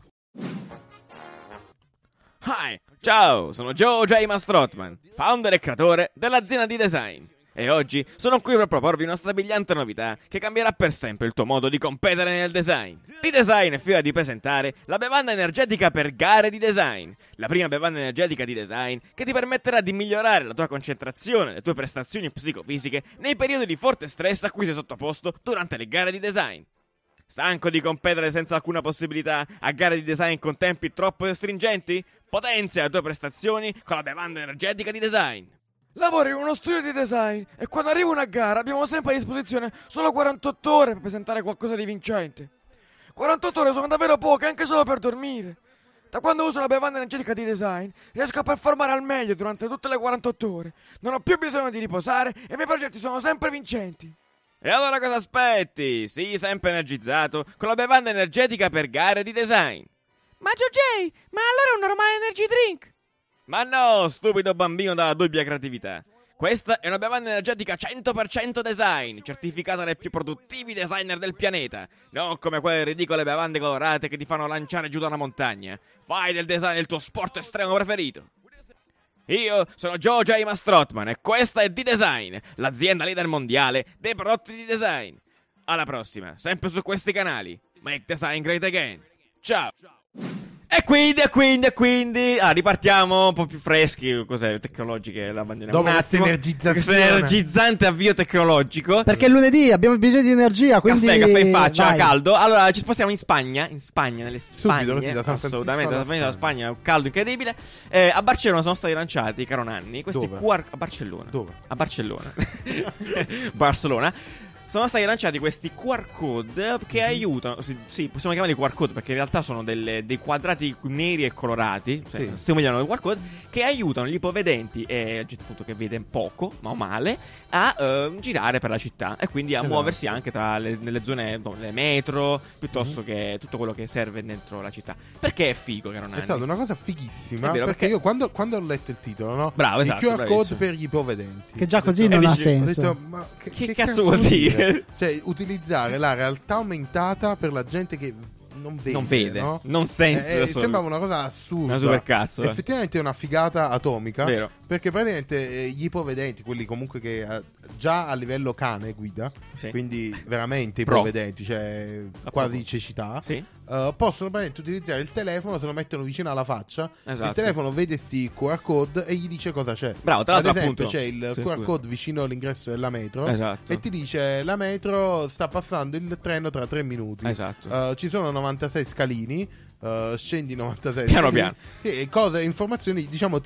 Hi. Ciao, sono Joe J. Mastrotman, founder e creatore dell'azienda di design. E oggi sono qui per proporvi una strabiliante novità che cambierà per sempre il tuo modo di competere nel design. D-Design è fiera di presentare la bevanda energetica per gare di design. La prima bevanda energetica di design che ti permetterà di migliorare la tua concentrazione e le tue prestazioni psicofisiche nei periodi di forte stress a cui sei sottoposto durante le gare di design. Stanco di competere senza alcuna possibilità a gare di design con tempi troppo stringenti? Potenzia le tue prestazioni con la bevanda energetica di design. Lavoro in uno studio di design e quando arriva una gara abbiamo sempre a disposizione solo 48 ore per presentare qualcosa di vincente. 48 ore sono davvero poche anche solo per dormire. Da quando uso la bevanda energetica di design riesco a performare al meglio durante tutte le 48 ore. Non ho più bisogno di riposare e i miei progetti sono sempre vincenti. E allora cosa aspetti? Sii sempre energizzato con la bevanda energetica per gare di design. Ma J, ma allora è un normale energy drink? Ma no, stupido bambino dalla dubbia creatività. Questa è una bevanda energetica 100% design, certificata dai più produttivi designer del pianeta. Non come quelle ridicole bevande colorate che ti fanno lanciare giù da una montagna. Fai del design il tuo sport estremo preferito. Io sono Joe J. Mastrotman e questa è D-Design, l'azienda leader mondiale dei prodotti di design. Alla prossima, sempre su questi canali. Make design great again. Ciao. E quindi ripartiamo un po' più freschi. Cos'è? Tecnologiche, la abbandoniamo Dopo un questa attimo. energizzazione. Questo energizzante avvio tecnologico. Perché è lunedì abbiamo bisogno di energia, quindi Caffè in faccia, vai. caldo. Allora ci spostiamo in Spagna, nelle Spagne. Subito, così, da San Francisco assolutamente, alla da Spagna, un caldo incredibile. A Barcellona sono stati lanciati, caro Nanni, questi Dove? a Barcellona. Dove? A Barcellona. Barcellona. Sono stati lanciati questi QR code che aiutano. Sì, possiamo chiamarli QR code perché in realtà sono dei quadrati neri e colorati. Cioè, Sì. somigliano ai QR code che aiutano gli ipovedenti e gente appunto che vede poco ma male a girare per la città e quindi a Esatto. muoversi anche nelle zone, le metro, piuttosto che tutto quello che serve dentro la città. Perché è figo, caro Nanni? È stata una cosa fighissima. È vero, perché perché- io quando ho letto il titolo, no? Bravo, esatto, il QR bravissimo. code per gli ipovedenti. Che già Ho così detto- non ha dici- ho senso. detto, ma Che cazzo vuol dire? Cioè, utilizzare la realtà aumentata per la gente che non vede, Non no? non senso. Sembrava una cosa assurda. Una supercazzo. Effettivamente è una figata atomica. Vero. Perché praticamente gli ipovedenti, quelli comunque che già a livello cane guida, Sì. quindi veramente Pro. ipovedenti, cioè A quasi proprio. cecità, Sì. possono praticamente utilizzare il telefono, se lo mettono vicino alla faccia, Esatto. il telefono vede sti QR code e gli dice cosa c'è. Bravo, tra Ad l'altro esempio appunto c'è il Sì, QR scusa. code vicino all'ingresso della metro Esatto. e ti dice la metro sta passando il treno tra 3 minuti. Esatto. Ci sono 96 scalini, scendi 96 Piano scalini. piano. Sì, e informazioni, diciamo,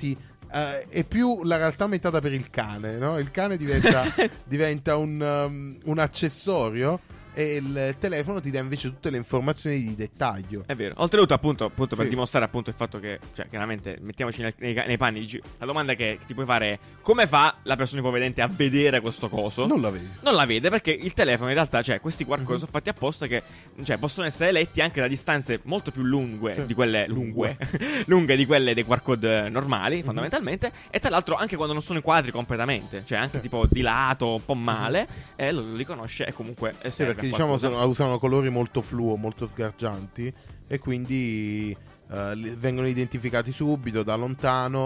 è più la realtà aumentata per il cane, no? Il cane diventa un accessorio e il telefono ti dà invece tutte le informazioni di dettaglio. È vero. Oltretutto, appunto per Sì. dimostrare appunto il fatto che, cioè, chiaramente, mettiamoci nei panni. La domanda che ti puoi fare è: come fa la persona ipovedente a vedere questo coso? Non la vedi. Non la vede perché il telefono in realtà, cioè, questi QR code sono fatti apposta che, cioè, possono essere letti anche da distanze molto più lunghe Sì. di quelle lunghe di quelle dei QR code normali, fondamentalmente. E tra l'altro anche quando non sono in quadri completamente, cioè anche Sì. tipo di lato, un po' male, e lo riconosce e comunque Sì, serve perché a diciamo qualcosa. usano colori molto fluo, molto sgargianti e quindi vengono identificati subito da lontano.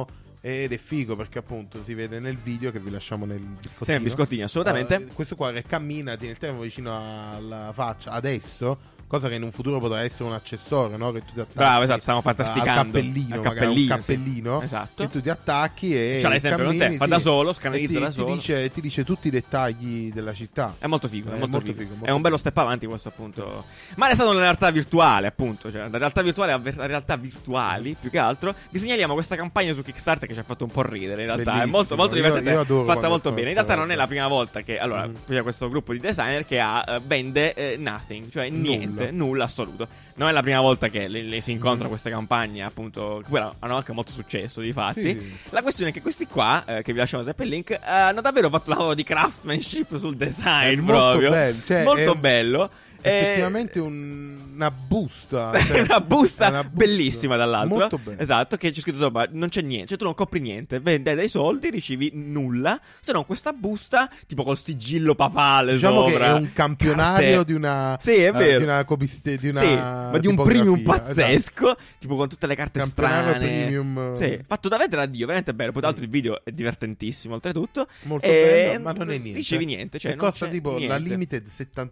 ed è figo perché appunto si vede nel video che vi lasciamo nel biscottino. Sì, nel biscottino, assolutamente. Questo qua che cammina, tiene il telefono vicino alla faccia adesso, cosa che in un futuro potrà essere un accessorio, no? Che tu ti attacchi. Bravo, esatto, stiamo fantasticando. Al cappellino, magari un cappellino, sì. Esatto. che tu ti attacchi e ce l'hai sempre con te, fa da solo, scannalizza da solo. Ti dice tutti i dettagli della città. È molto figo, è molto figo. Molto è un bello step avanti questo, appunto. Ma è stato una realtà virtuale, appunto, cioè da realtà virtuale a realtà virtuali, più che altro. Vi segnaliamo questa campagna su Kickstarter che ci ha fatto un po' ridere, in realtà. Bellissimo. È molto, molto divertente, io adoro fatta molto bene. In realtà cosa. non è la prima volta che, allora, c'è questo gruppo di designer che vende nothing, cioè niente, nulla assoluto. Non è la prima volta che le si incontra queste campagne, appunto, che hanno anche molto successo, difatti. Sì. La questione è che questi qua, che vi lasciamo sempre il link, hanno davvero fatto un lavoro di craftsmanship sul design, proprio. Bello, cioè, molto bello. Effettivamente una busta, cioè, una busta bellissima, dall'altro. Molto bella. Esatto, che c'è scritto sopra non c'è niente, cioè tu non compri niente, vendi dei soldi, ricevi nulla, se non questa busta tipo col sigillo papale diciamo sopra. che è un campionario carte. di una sì, è vero. di una sì, ma di un premium pazzesco, esatto. tipo con tutte le carte Campionario strane. premium. Sì, fatto davvero da Dio, veramente bello. Poi tra l'altro il video è divertentissimo oltretutto. Molto bello, ma non è niente. Ricevi niente, cioè e non costa c'è tipo niente. la limited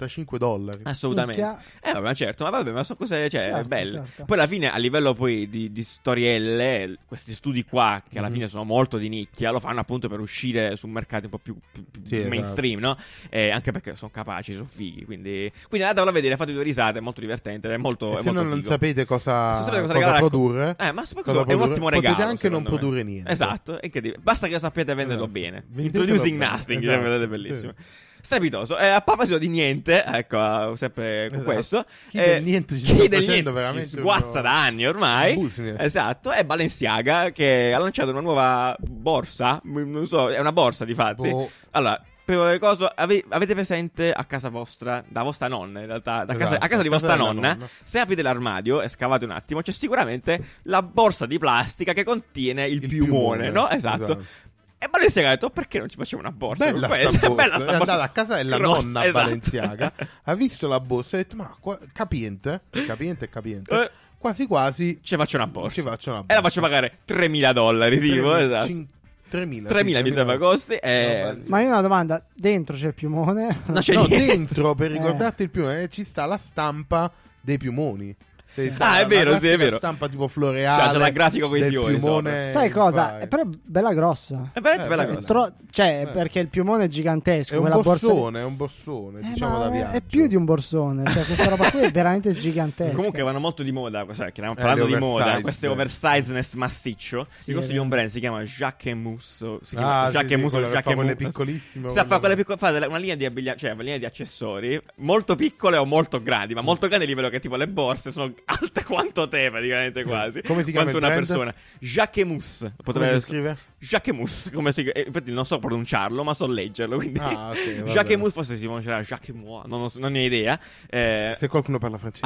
$75. Assolutamente. Vabbè, certo, ma vabbè, ma sono cose, cioè, Certo, belle. certo. Poi alla fine, a livello poi di storielle, questi studi qua, che alla fine sono molto di nicchia, lo fanno appunto per uscire su mercati un po' più Sì, mainstream, no? Anche perché sono capaci, sono fighi. Quindi andatelo a vedere, fate due risate, è molto divertente, è molto, se non figo. sapete cosa regalare, produrre, ma soprattutto è un ottimo regalo. Potete anche non secondo me. produrre niente. Esatto, è incredibile. Basta che sappiate venderlo bene. Vendetelo Introducing bene. nothing, Esatto, vedete, bellissimo. sì. Strepitoso. A proposito di niente, ecco, sempre con Esatto. questo. Chi del niente ci sta chi del facendo niente veramente ci sguazza da anni ormai. business. Esatto, è Balenciaga che ha lanciato una nuova borsa. Non so, è una borsa di fatti. Boh. Allora, per cosa avete presente a casa vostra, da vostra nonna in realtà, Esatto, a casa di vostra della nonna, se aprite l'armadio e scavate un attimo, c'è sicuramente la borsa di plastica che contiene il piumone, no? Esatto. E Balenciaga ha detto: perché non ci facciamo una borsa? Bella con questa? sta borsa. Bella sta È borsa. andata a casa della Grossa, nonna esatto. Balenciaga, ha visto la borsa e ha detto: ma capiente. Quasi quasi ci faccio una borsa. E la faccio pagare $3.000 tipo, esatto. 3.000 mi sembra costi. Ma io ho una domanda: dentro c'è il piumone? No, c'è No, niente. dentro, per ricordarti il piumone, ci sta la stampa dei piumoni. È vero, sì, è vero. La stampa tipo floreale. C'è la grafica con i del fiori piumone. Sai cosa? Vai. È però bella grossa. È veramente bella cosa. Cioè, perché il piumone è gigantesco. È un quella borsa borsone, è un borsone, diciamo ma da viaggio. è più di un borsone. Cioè, questa roba qui è veramente gigantesca. Comunque vanno molto di moda, parlando di moda, questo oversizeness massiccio. Sì, di questo è di un vero. brand si chiama Jacquemus. Si chiama Jacquemus o quello che fa Jacquemus. quelle piccolissime. Fa una linea di abbigliamento, cioè una linea di accessori molto piccole o molto grandi, ma molto grandi a livello che tipo le borse sono alte quanto te, praticamente quasi. Come si chiama quanto il una brand? persona. Jacquemus. Come si scrive? Jacquemus, infatti non so pronunciarlo, ma so leggerlo, quindi ok, vabbè. Jacquemus forse si pronuncia Jacquemus, non ne ho idea. Se qualcuno parla francese.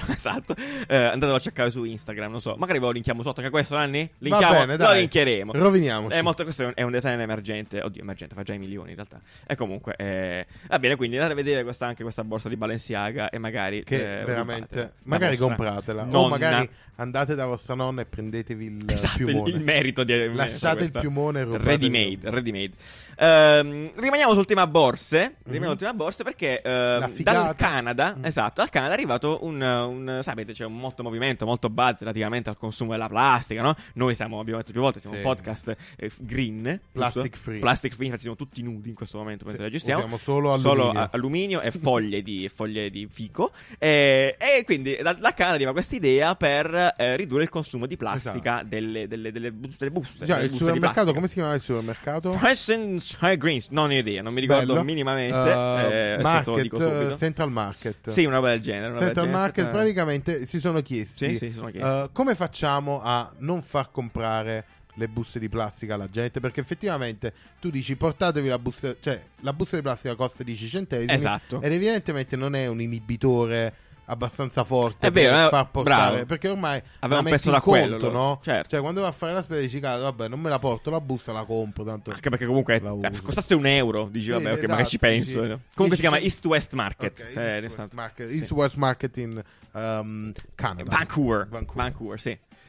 Andatelo a cercare su Instagram, non so. Magari ve lo linkiamo sotto anche questo, Nanni? Va bene, dai. Lo linkeremo. Roviniamoci. Questo è un design emergente. Oddio, emergente, fa già i milioni in realtà. E comunque va bene, quindi andate a vedere anche questa borsa di Balenciaga e magari che veramente magari compratela nonna. o magari andate da vostra nonna e prendetevi il piumone. il merito di lasciate il piumone ready made. Rimaniamo sul tema borse. Perché dal Canada, esatto, dal Canada è arrivato sapete, c'è un molto movimento, molto buzz relativamente al consumo della plastica, no? Noi abbiamo detto più volte, siamo un podcast green, plastic free, infatti siamo tutti nudi in questo momento mentre registriamo. Usiamo solo alluminio e foglie di fico. E quindi dal Canada arriva questa idea per ridurre il consumo di plastica, esatto, delle buste. Già, il supermercato, come si chiama il supermercato? Presence High Greens, non ho idea, non mi ricordo Bello. minimamente. Market, Central Market. Sì, una roba del genere. Central Market praticamente si sono chiesti, come facciamo a non far comprare le buste di plastica alla gente, perché effettivamente tu dici portatevi la busta, cioè la busta di plastica costa 10 centesimi, esatto, ed evidentemente non è un inibitore abbastanza forte, è vero, per far portare, bravo, perché ormai avevamo messo da conto, quello, no? Certo. Cioè quando va a fare la spesa dici vabbè, non me la porto la busta, la compro tanto, anche perché comunque costasse €1, dici vabbè, ok, magari ci penso, sì. Comunque si chiama East West Market, East West Market in Canada, Vancouver, sì.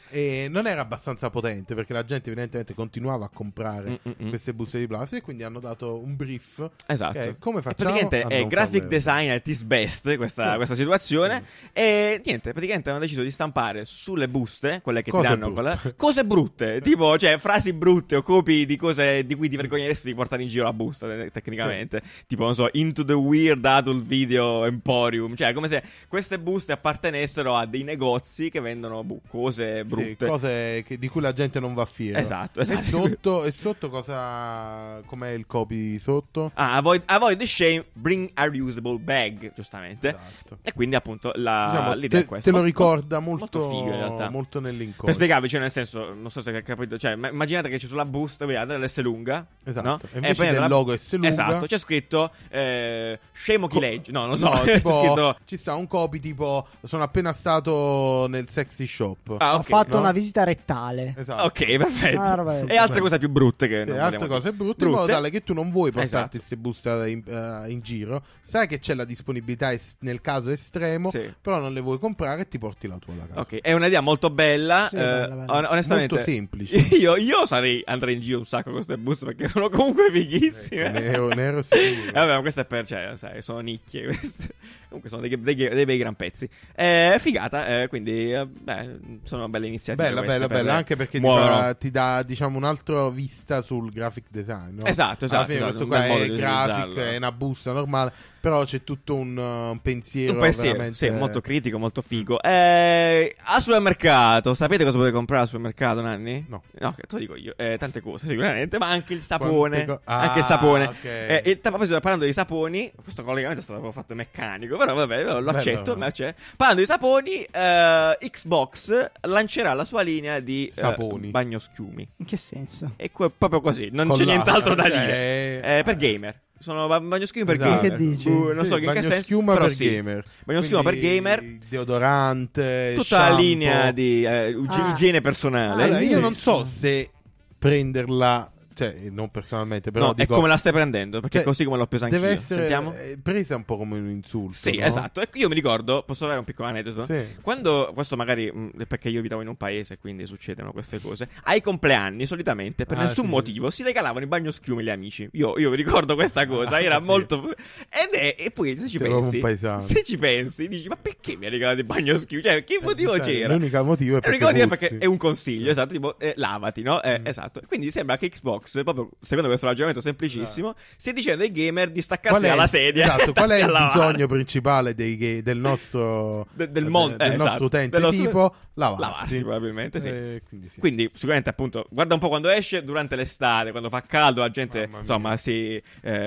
E non era abbastanza potente perché la gente evidentemente continuava a comprare Mm-mm. queste buste di plastica e quindi hanno dato un brief. Esatto. Che è come E facciamo praticamente a è non graphic farle- design at its best questa situazione. E niente, praticamente hanno deciso di stampare sulle buste, quelle che Cose ti danno brutte. cose brutte, tipo cioè frasi brutte o copie di cose di cui ti vergogneresti di portare in giro la busta tecnicamente. Tipo, non so, Into the Weird Adult Video Emporium. Cioè, come se queste buste appartenessero a dei negozi che vendono cose brutte. Sì, cose di cui la gente non va fiera. Esatto. E sotto cosa... Com'è il copy sotto? Avoid the shame, bring a reusable bag, giustamente. Esatto. E quindi appunto Diciamo, l'idea è questa. te lo ricorda molto figo in realtà. molto nell'incontro. Per spiegarvi, cioè nel senso, non so se hai capito, cioè immaginate che c'è sulla busta, vedete l'S lunga, Esatto. no? E invece poi del logo S lunga, esatto, c'è scritto scemo chi legge. No, non so, No, c'è tipo, scritto ci sta un copy tipo sono appena stato nel sexy shop. ah, Ho ok, fatto no? una visita rettale. Esatto. ok, perfetto. Ah, roba del E altre genere. cose più brutte che Sì, non altre vogliamo cose dire. brutte in modo tale che tu non vuoi portarti Esatto. queste buste in giro, sai che c'è la disponibilità nel caso estremo, Sì. però non le vuoi comprare e ti porti la tua da casa. Ok, è un'idea molto bella. Sì, bella, bella. Onestamente, Molto semplice. Io andrei in giro un sacco con queste buste perché sono comunque fighissime. Nero sicuro. Vabbè, ma questo è per, cioè, sai, sono nicchie queste. Comunque sono dei bei gran pezzi. Figata, quindi, sono belle iniziative. Bella, queste bella, per- bella, anche perché muovono. ti dà, diciamo, un'altra vista sul graphic design, no? Esatto, Alla fine esatto, questo un qua bel modo è di graphic, utilizzarlo. è una busta normale, però c'è tutto un pensiero, Un pensiero, veramente... sì, molto critico, molto figo. Al supermercato, sapete cosa potete comprare al supermercato, Nanni? No. No, che te lo dico io. Tante cose, sicuramente, ma anche il sapone. Quante Anche il sapone. ok. Parlando di saponi, questo collegamento è stato fatto meccanico, però vabbè, lo accetto. Bello. Ma c'è. Parlando di saponi, Xbox lancerà la sua linea di Saponi. bagnoschiumi. In che senso? E proprio così, non Con c'è la- nient'altro da eh, dire. Per gamer. Sono bagnoschiumi per Esatto. gamer. Che dici? Non so Sì, in che senso. bagnoschiuma Però per sì. gamer. Bagnoschiuma per Quindi gamer. Deodorante, Tutta la shampoo. linea di igiene personale. Allora, io Sì. non so se prenderla, cioè non personalmente, però No, dico, è come la stai prendendo, perché cioè, è così come l'ho presa anch'io. deve essere Sentiamo? presa un po' come un insulto. Sì, no? esatto. E io mi ricordo, posso avere un piccolo aneddoto? Sì. Quando, questo magari, perché io abitavo in un paese, quindi succedono queste cose. Ai compleanni, solitamente, per Ah, nessun sì. motivo, si regalavano i bagnoschiumi agli amici. Io mi ricordo questa cosa, era sì. molto... E poi, se ci Sei proprio pensi, un paesano. se ci pensi, dici, ma perché mi hai regalato i bagnoschiumi? Cioè, che motivo Sai, c'era? L'unico motivo è L'unico perché motivo è puzzi. perché è un consiglio, esatto, tipo lavati, no? Esatto. Quindi sembra che Xbox, proprio secondo questo ragionamento semplicissimo, stia dicendo ai gamer di staccarsi Qual è- dalla sedia. Esatto, qual è andarsi il a lavare. bisogno principale del nostro del mondo, del nostro esatto. utente Del nostro- tipo lavarsi. Lavarsi, probabilmente, sì. Quindi sì. Quindi sicuramente appunto guarda un po' quando esce durante l'estate, quando fa caldo la gente Mamma mia. insomma si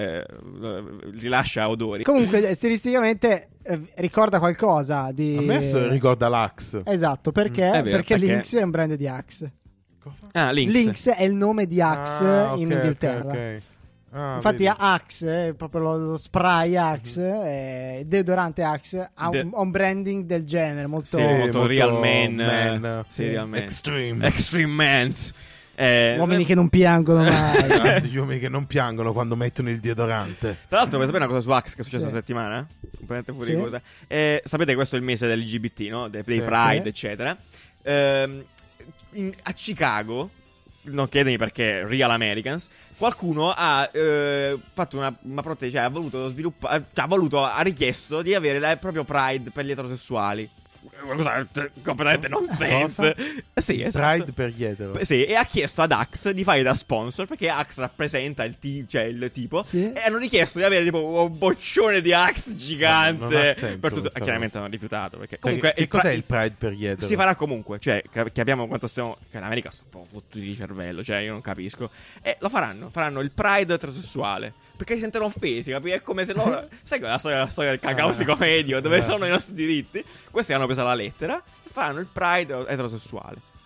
rilascia odori. Comunque, stilisticamente ricorda qualcosa di... A me adesso ricorda l'Axe. Esatto, perché? È vero, perché perché- Lynx è un brand di Axe. Ah, Lynx. Lynx è il nome di Axe Ah, in ok, Inghilterra. ok, ok. Ah, Infatti vedi. Axe, è proprio lo spray Axe, deodorante Axe, ha un branding del genere, molto... Sì, molto Real Man, Man. sì, Real Man. Extreme. Mans. Uomini che non piangono mai. Esatto, gli uomini che non piangono quando mettono il deodorante. Tra l'altro, vuoi sapere una cosa su Axe che è successa Sì. questa settimana? Completamente fuori Sì. cosa. Sapete che questo è il mese dell'LGBT, no? Dei Sì. Pride, Sì. eccetera. A Chicago, non chiedemi perché, Real Americans, qualcuno ha fatto una protesta, cioè ha voluto sviluppare, ha richiesto di avere il proprio Pride per gli eterosessuali. Una cosa completamente nonsense. Sì, esatto. Pride per gli etero. Sì, e ha chiesto ad Axe di fare da sponsor perché Axe rappresenta cioè il tipo. Sì. E hanno richiesto di avere tipo un boccione di Axe gigante. Non ha senso per tutto. questa Chiaramente hanno rifiutato perché Cioè, comunque che cos'è il Pride per gli etero? si farà comunque, cioè capiamo quanto stiamo. Che in America sono un po' fottuti di cervello, cioè io non capisco. E lo faranno il Pride eterosessuale. Perché si sentono offesi, capi? È come se loro. Sai quella storia del cacausico medio, dove sono i nostri diritti? Questi hanno preso la lettera e faranno il Pride eterosessuale.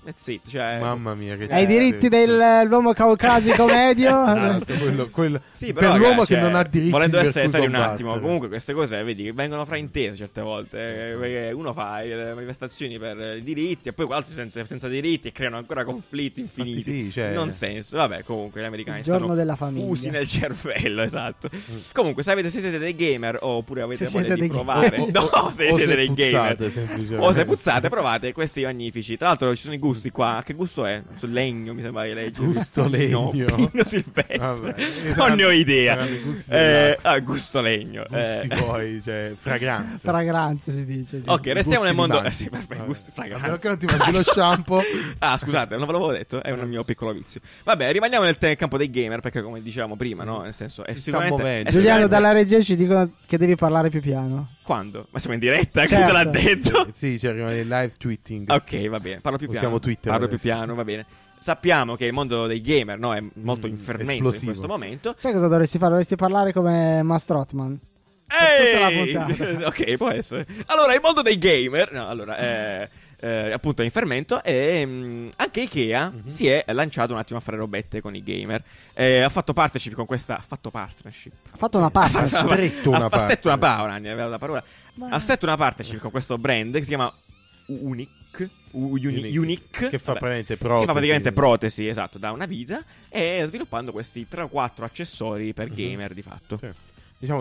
That's it, cioè... Mamma mia, che Hai i diritti dell'uomo caucasico medio? quello Sì, per però, l'uomo ragazzi, che non ha diritti volendo per essere cui stati un combattere. attimo, comunque queste cose vedi che vengono fraintese certe volte, perché uno fa le manifestazioni per i diritti e poi quell'altro si sente senza diritti e creano ancora conflitti infiniti. Infatti sì, cioè- Non senso. Vabbè, comunque gli americani Il giorno stanno della famiglia. fusi nel cervello, esatto. Comunque, se siete dei gamer oppure avete Se voglia siete di dei provare, gamer. no, se o siete dei puzzate, gamer semplicemente. o se puzzate, provate questi magnifici. Tra l'altro ci sono i gusti qua. Che gusto è? Sul legno, mi sembra di leggere. Gusto legno. No, Pino Silvestre. Vabbè, Non ne ho idea. saranno i gusti dell'Axe. Gusto legno. Gusti poi, cioè fragranze. Fragranze si dice. Sì. Ok, restiamo nel Gusti mondo. di mangi. Sì, perfetto, Vabbè. gusti A meno fragranti. che non ti mangi lo shampoo. Ah, scusate, non ve l'avevo detto, è un mio piccolo vizio. Vabbè, rimaniamo nel campo dei gamer perché come dicevamo prima, no? Nel senso, è Si sta sicuramente muovendo. è Giuliano, sicuramente- dalla regia ci dicono che devi parlare più piano. Quando? Ma siamo in diretta, chi Certo. te l'ha detto? Sì, ci arrivano i live tweeting. Ok, va bene, parlo più piano. Usiamo Twitter Parlo più adesso. piano, va bene. Sappiamo che il mondo dei gamer, no, è molto in fermento in esplosivo. questo momento. Sai cosa dovresti fare? Dovresti parlare come Mastrotman. tutta la puntata. Ok, può essere. Allora, il mondo dei gamer, no, allora, appunto è in fermento e anche Ikea si è lanciato un attimo a fare robette con i gamer. Ha fatto partnership con questa. Ha fatto partnership. Ha fatto una parte. Ha stretto una Ha stretto una parte. parola, aveva la parola. Ha stretto una partnership con questo brand che si chiama Unique, Che fa vabbè, praticamente che fa protesi. praticamente protesi, esatto, da una vita e sviluppando questi 3 o 4 accessori per gamer di fatto. Sì. Diciamo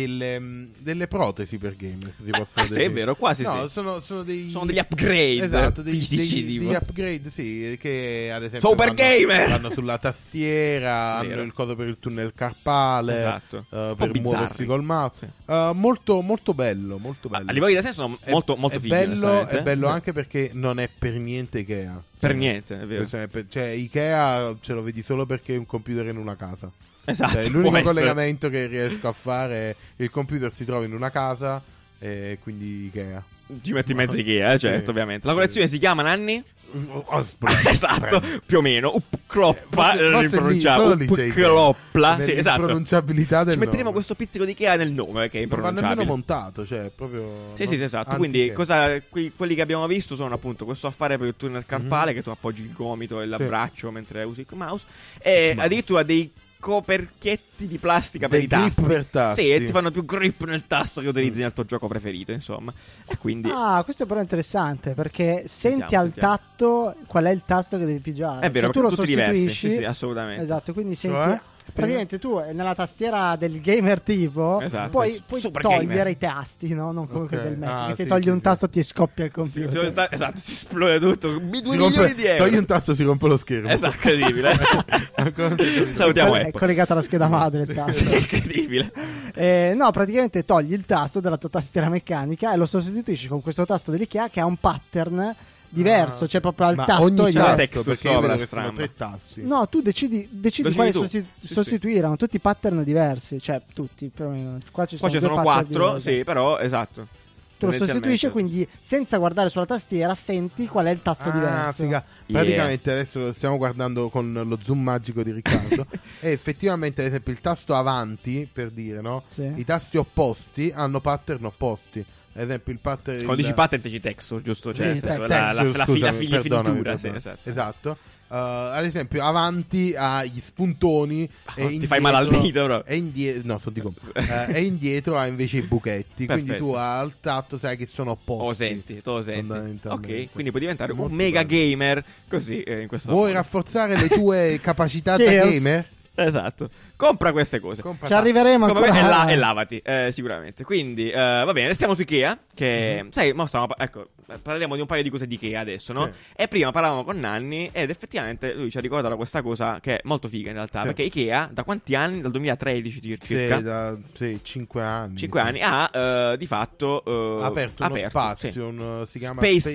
delle protesi per gamer. Si possono sì, è vero, quasi no, sì. sono degli upgrade esatto, fisici, tipo. degli upgrade, sì, che ad esempio Super gamer! vanno sulla tastiera, Vero. hanno il coso per il tunnel carpale, Esatto. Un po' per muoversi bizzarri. col mouse. Sì. Molto molto bello, molto bello. A livello di design sono molto fighi, bello, è onestamente. bello anche perché non è per niente Ikea. Per niente, è vero. Cioè Ikea ce lo vedi solo perché è un computer in una casa. Esatto. Cioè, può l'unico essere. collegamento che riesco a fare è il computer si trova in una casa e quindi Ikea. Ci metti in mezzo Ikea, certo, Sì. ovviamente. La collezione si chiama Nanni? Osprey. Esatto, più o meno. Upcloppa, solo lì c'è Ikea. Upclopla, sì, esatto. Pronunciabilità del Ci metteremo nome. questo pizzico di Ikea nel nome, che è Non va nemmeno impronunciabile. montato, cioè proprio. Sì, esatto. anti-Ikea. Quindi quelli che abbiamo visto sono appunto questo affare per il tunnel carpale che tu appoggi il gomito e l'abbraccio mentre usi il mouse. E addirittura dei coperchietti di plastica per Dei i tasti. grip per tasti. Sì, e ti fanno più grip nel tasto che utilizzi nel tuo gioco preferito, insomma. E quindi Ah, questo è però interessante perché senti al sentiamo. tatto qual è il tasto che devi pigiare. è vero, Cioè, tu lo perché tutti diversi. sostituisci. Sì, assolutamente. Esatto, quindi senti. Cioè? Praticamente tu nella tastiera del gamer tipo Esatto. puoi Super togliere gamer. i tasti, no? Non come Ok. quelli del Mac. Ah, che se sì, togli sì, un sì. tasto ti scoppia il Sì, computer. esatto, si esplode tutto. 2 Si milioni rompe- di euro. Togli un tasto, si rompe lo schermo. Esatto, incredibile. Ancora non si capisce. Salutiamo È Apple. collegata alla scheda madre il tasto. Incredibile. No, praticamente togli il tasto della tua tastiera meccanica e lo sostituisci con questo tasto dell'IKEA che ha un pattern diverso, cioè proprio al Ma tatto ogni è diverso. text tasto, perché sopra, io vedo che sono strano. 3 tasti. No, tu decidi Decidi quale tu. sostituire, hanno tutti pattern diversi, cioè tutti più o meno. Qua ci Qua ci due sono pattern 4, diversi. sì, però esatto. Tu lo sostituisci e quindi senza guardare sulla tastiera senti qual è il tasto diverso. Figa. Praticamente adesso lo stiamo guardando con lo zoom magico di Riccardo e effettivamente ad esempio il tasto avanti, per dire, no? Sì. I tasti opposti hanno pattern opposti. Ad esempio il pattern Quando dici pattern dici texture, giusto? Cioè, Sì, nel senso, texture, la scusami, finitura, perdonami. sì, esatto. Esatto. Ad esempio avanti ha gli spuntoni e Ti fai male al dito, però. e indietro no, sto di compo. E indietro ha invece i buchetti. Quindi Perfetto. tu al tatto sai che sono opposti. Lo senti, tu lo senti. Fondamentalmente. Ok, quindi puoi diventare Molto un mega bello. gamer così in questo Vuoi modo. rafforzare le tue capacità da Skills. gamer? Esatto. Compra queste cose. Compra Ci arriveremo Come ancora. e lavati, sicuramente. Quindi, va bene, restiamo su Ikea. Che, sai, ecco, parliamo di un paio di cose di Ikea adesso, no? Sì. E prima parlavamo con Nanni ed effettivamente lui ci ha ricordato questa cosa che è molto figa in realtà. Sì. Perché Ikea, da quanti anni? Dal 2013 circa. Sì, 5 anni. 5 anni ha di fatto Ha aperto uno spazio, sì. si chiama Space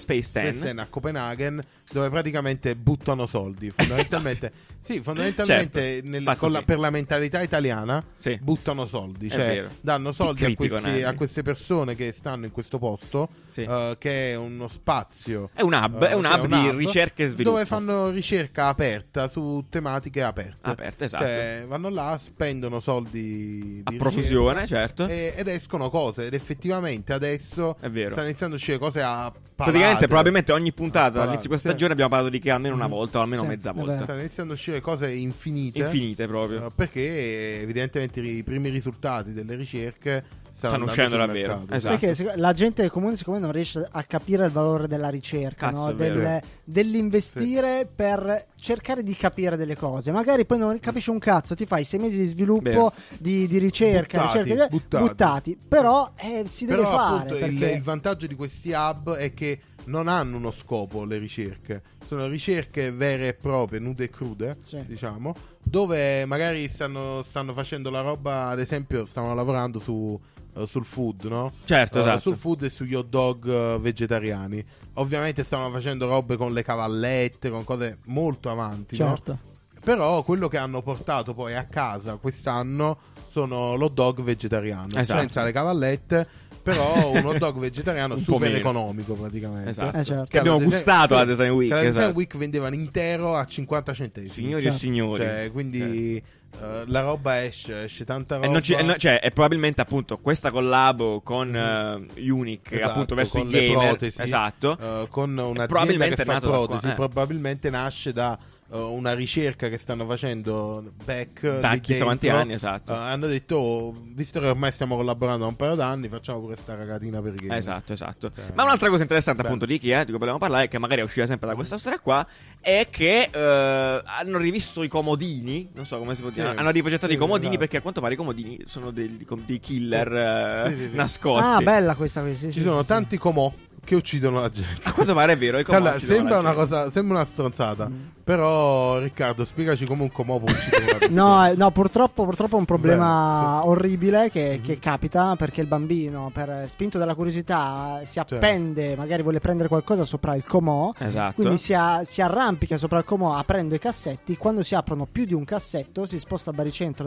Ten a Copenaghen, dove praticamente buttano soldi. Fondamentalmente, sì, fondamentalmente Certo, fatto con la sì. per la mentalità italiana Sì. buttano soldi, È cioè vero. danno soldi Ti critico, Nanni. a queste persone che stanno in questo posto, Sì. che è uno spazio. È un hub, è un hub di ricerca e sviluppo. Dove fanno ricerca aperta su tematiche aperte. Aperte, esatto. Cioè, vanno là, spendono soldi A di profusione, ricerca certo. ed escono cose. Ed effettivamente adesso È vero. stanno iniziando a uscire cose a palate. Praticamente, probabilmente ogni puntata Palate, all'inizio di questa sì. stagione abbiamo parlato di che almeno una volta o almeno Sì, mezza è volta. vero. Stanno iniziando a uscire cose infinite. Infinite proprio. Perché evidentemente i primi risultati delle ricerche Stanno andando uscendo sul davvero. mercato. Esatto. Sai che la gente comune secondo me non riesce a capire il valore della ricerca, Cazzo, no? è vero. Dell'investire per cercare di capire delle cose. Magari poi non capisci un cazzo, ti fai 6 mesi di sviluppo, Vero. di ricerca, buttati. Però si deve Però fare. appunto Perché... il vantaggio di questi hub è che non hanno uno scopo le ricerche. Sono ricerche vere e proprie, nude e crude, Sì. diciamo, dove magari stanno facendo la roba, ad esempio stavano lavorando sul food, no? Certo, esatto. Sul food e sugli hot dog vegetariani. Ovviamente stavano facendo robe con le cavallette, con cose molto avanti, Certo. no? Però quello che hanno portato poi a casa quest'anno sono l'hot dog vegetariano, Esatto. senza le cavallette, però un hot dog vegetariano Un po' super meno. economico praticamente. Esatto. certo. Che abbiamo alla Design- gustato sì, alla Design Week. che alla Design Esatto. Week vendevano intero a 50 centesimi. Signori Certo. e signori. Cioè, quindi la roba esce tanta roba. E non ci- e no- cioè, è probabilmente appunto questa collabo con Unique, Esatto, appunto verso con i le gamer. protesi, Esatto. con un'azienda probabilmente che è fa nato da qua, protesi, probabilmente nasce da una ricerca che stanno facendo Da lì chissà quanti dentro. anni, esatto. Hanno detto, visto che ormai stiamo collaborando da un paio d'anni, facciamo pure sta ragatina per i gamer. Esatto. Ma un'altra cosa interessante Bello. appunto di Ikea, di cui vogliamo parlare, che magari è uscita sempre da questa storia qua, è che hanno rivisto i comodini, non so come si può dire, Sì. hanno riprogettato Sì, i comodini esatto. perché a quanto pare i comodini sono dei killer Sì, sì, sì. nascosti. Ah, bella questa. Sì, Ci sono tanti comò che uccidono la gente. A quanto pare è vero, i comò Allora, uccidono sembra la una gente. cosa, sembra una stronzata. Però, Riccardo, spiegaci come un comò può uccidere una persona. No, purtroppo è un problema Beh, orribile che capita perché il bambino, spinto dalla curiosità, si appende, magari vuole prendere qualcosa sopra il comò. Esatto. Quindi si arrampica sopra il comò aprendo i cassetti. Quando si aprono più di un cassetto si sposta il baricentro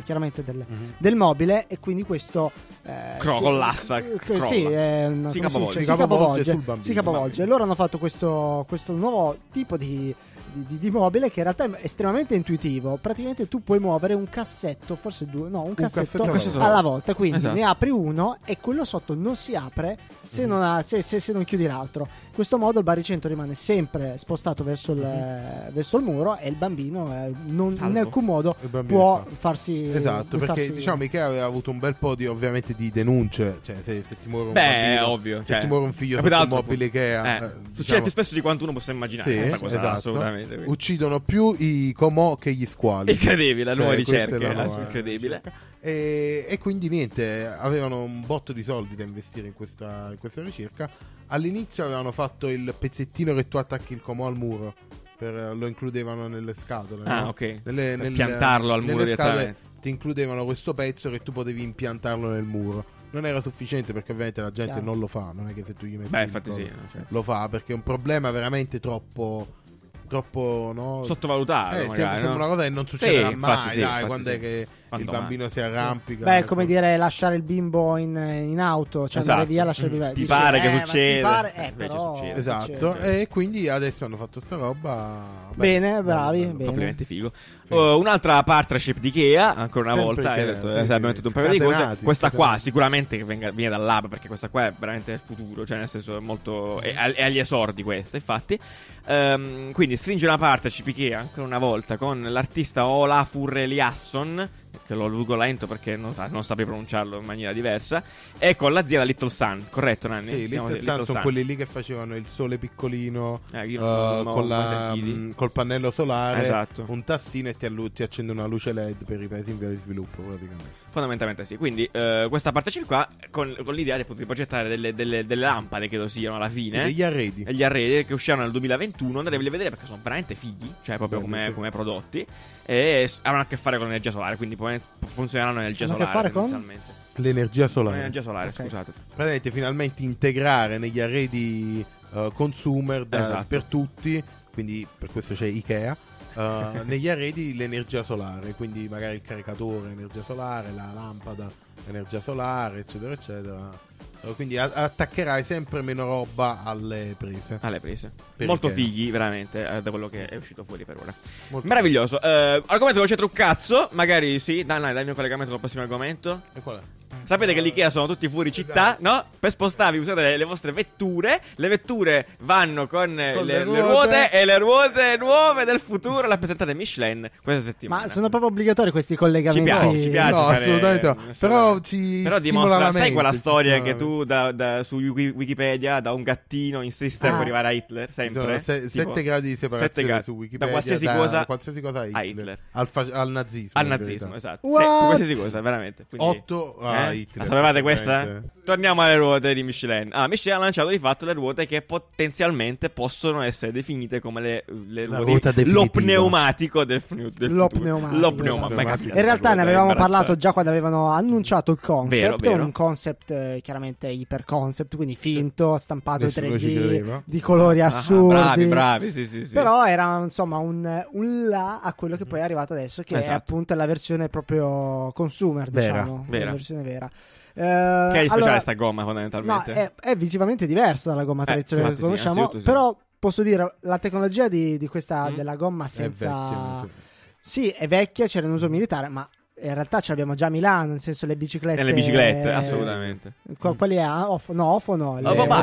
del mobile e quindi questo Collassa, crolla. Sì, Si come capovolge. dice? Si capovolge sul bambino. Si capovolge. Loro hanno fatto questo nuovo tipo di mobile che in realtà è estremamente intuitivo. Praticamente tu puoi muovere un cassetto, forse due, no, un cassetto cassetto alla volta. Quindi Esatto. ne apri uno e quello sotto non si apre se non chiudi l'altro. In questo modo il baricentro rimane sempre spostato verso il muro e il bambino in Salvo. alcun modo Il bambino può sa. farsi Esatto, perché buttarsi- diciamo Ikea aveva avuto un bel po' ovviamente di denunce. Cioè, se ti muore un Beh, bambino, è ovvio. se cioè, ti muore un figlio e sotto poi un tra l'altro, mobile Ikea, succede diciamo- più spesso di quanto uno possa immaginare Sì, questa cosa, esatto. assolutamente. quindi. Uccidono più i comò che gli squali. Incredibile, la nuova Questa è ricerca, la nuova incredibile. E quindi niente, avevano un botto di soldi da investire in questa ricerca. All'inizio avevano fatto il pezzettino che tu attacchi il comò al muro. Lo includevano nelle scatole. Ah, no? ok. Nelle, piantarlo al muro nelle scatole direttamente. ti includevano questo pezzo che tu potevi impiantarlo nel muro. Non era sufficiente perché ovviamente la gente Chiaro. non lo fa. Non è che se tu gli metti Beh, il infatti coso, sì. Cioè, lo fa perché è un problema veramente troppo no? sottovalutato, magari. sembra no? una cosa che non succederà Sì, infatti mai, sì, dai, infatti quando sì. è che Quando il mai. bambino si arrampica. Beh, è come dire lasciare il bimbo in auto, cioè andare Esatto. via, lasciare il bimbo. Ti Dici, pare che ma succede. ti pare? Invece Però succede. Esatto, succede. e quindi adesso hanno fatto sta roba. Bene, bravi, bello. bene. Complimenti, figo. Un'altra partnership di Ikea, ancora una Sempre volta, Ikea, detto, sì, abbiamo detto un paio di cose. scatenati, Questa qua scatenati. sicuramente che viene dall'hub, perché questa qua è veramente il futuro, cioè nel senso è molto è agli esordi questa, infatti. Quindi stringe una partnership Ikea ancora una volta con l'artista Olafur Eliasson, che lo leggo lento perché non saprei pronunciarlo in maniera diversa, e con l'azienda Little Sun, corretto Nanni? Sì, Si chiama Little così, Sun sono quelli lì che facevano il sole piccolino io non ho con mai sentiti. col pannello solare, Esatto. un tastino e ti accende una luce LED per i paesi in via di sviluppo praticamente. Fondamentalmente sì. Quindi questa partnership qua con l'idea appunto di progettare delle lampade, credo siano alla fine, Degli arredi. e gli arredi che usciranno nel 2021. Andatevi a vedere perché sono veramente fighi, cioè proprio Bello, sì. come prodotti, e avranno a che fare con l'energia solare, quindi funzioneranno nell'energia Hanno a che solare fare con? tendenzialmente. L'energia Con solare. l'energia solare, Ok. scusate. Praticamente finalmente integrare negli arredi consumer Esatto. per tutti, quindi per questo c'è Ikea. negli arredi l'energia solare, quindi magari il caricatore energia solare, la lampada energia solare, eccetera eccetera. Quindi attaccherai sempre meno roba alle prese. Molto fighi, veramente, da quello che è uscito fuori per ora. Meraviglioso. Argomento non c'entra un cazzo. Magari sì. Dai un collegamento col prossimo argomento. E qual è? Sapete che l'Ikea sono tutti fuori città, no? Per spostarvi usate le vostre vetture. Le vetture vanno con le ruote, e le ruote nuove del futuro le presentate Michelin questa settimana. Ma sono proprio obbligatori questi collegamenti? Ci piace. No, assolutamente no. Però dimostra, la sai quella mente, storia che tu su Wikipedia da un gattino insiste per arrivare a Hitler, sempre? 7 gradi di separazione su Wikipedia da qualsiasi cosa a Hitler. Al nazismo. Al nazismo, esatto. Qualsiasi cosa, veramente. 8 a Hitler. La sapevate questa? Torniamo alle ruote di Michelin. Michelin ha lanciato di fatto le ruote che potenzialmente possono essere definite come le ruote lo pneumatico del futuro. Lo pneumatico. In realtà ne avevamo parlato già quando avevano annunciato il concept. Vero. Un concept chiaramente iper concept, quindi finto, stampato in Nessuno 3D, di colori assurdi. Bravi, sì. Però era insomma un là a quello che poi è arrivato adesso, che è appunto la versione proprio consumer, diciamo. La versione vera. Che è di speciale sta gomma fondamentalmente? No, è visivamente diversa dalla gomma tradizionale che conosciamo, però posso dire la tecnologia di questa della gomma senza sì, è vecchia, c'era in uso militare, ma in realtà ce l'abbiamo già a Milano, nel senso le biciclette, assolutamente. Quali è? Mobike,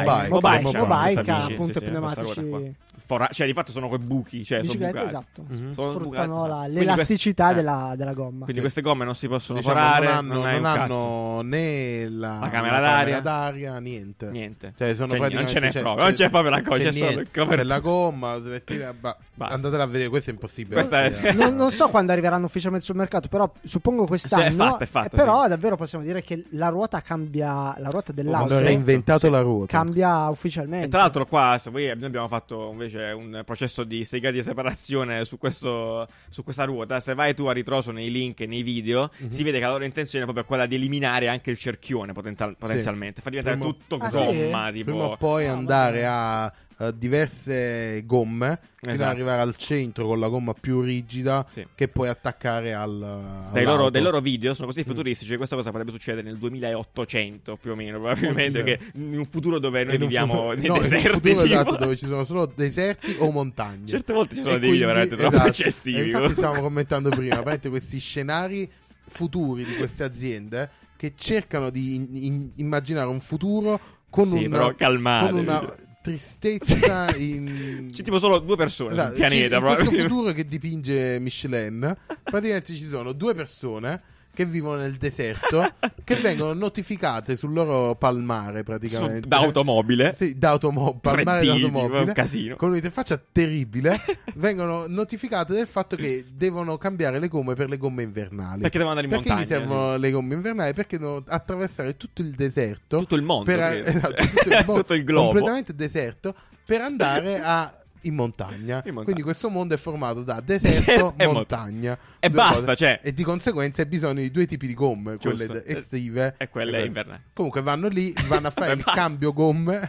appunto pneumatici. Cioè di fatto sono quei buchi, cioè biciclette, sono esatto. sfruttano bucate, l'elasticità della gomma. Quindi queste gomme non si possono diciamo, forare, non hanno né la camera d'aria, niente. Cioè, sono non ce n'è proprio, non c'è proprio la cosa, c'è solo il cover. C'è la gomma, andatela a vedere, questo è impossibile. Non so quando arriveranno ufficialmente sul mercato, però suppongo quest'anno. È fatta, però davvero possiamo dire che la ruota cambia, la ruota dell'auto. Hanno reinventato la ruota. Cambia ufficialmente. E tra l'altro qua, noi abbiamo fatto invece un processo di 6 gradi di separazione su questa ruota. Se vai tu a ritroso nei link e nei video, si vede che la loro intenzione è proprio quella di eliminare anche il cerchione potenzialmente, fa diventare tutto gomma, tipo. Prima o poi andare a diverse gomme fino ad arrivare al centro con la gomma più rigida che puoi attaccare dai loro video sono così futuristici che questa cosa potrebbe succedere nel 2800 più o meno, probabilmente, che in un futuro dove noi viviamo nei deserti, in un futuro, esatto, dove ci sono solo deserti o montagne. Certe volte ci sono dei video veramente troppo eccessivi. E infatti stavamo commentando prima questi scenari futuri di queste aziende che cercano di immaginare un futuro con però calmate, con una tristezza c'è tipo solo 2 persone sul pianeta. In questo futuro che dipinge Michelin praticamente ci sono 2 persone che vivono nel deserto che vengono notificate sul loro palmare praticamente d'automobile. Sì, palmare d'automobile, un casino, con un'interfaccia terribile. Vengono notificate del fatto che devono cambiare le gomme per le gomme invernali. Perché devono andare in montagna. Perché gli servono le gomme invernali? Perché devono attraversare tutto il deserto, tutto il mondo, tutto il globo, completamente deserto, per andare in montagna. Quindi questo mondo è formato da deserto e montagna e basta, cioè. E di conseguenza hai bisogno di 2 tipi di gomme, quelle estive e quelle invernali. Comunque vanno a fare il cambio gomme.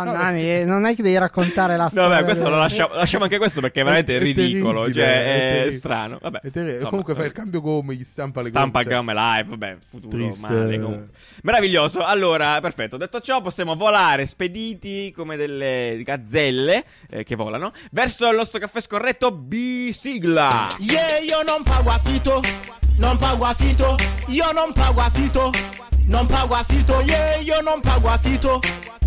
Non è che devi raccontare la storia. Vabbè, questo lo lasciamo anche questo perché è veramente ridicolo, cioè è strano. Vabbè, insomma, comunque fai il cambio gomme, gli stampa le gomme live, vabbè, futuro male comunque. Meraviglioso. Allora, perfetto. Detto ciò, possiamo volare spediti come delle gazzelle che volano verso il nostro caffè scorretto. Sigla. Yeah, io non pago affitto, io non pago affitto, yeah, io non pago affitto,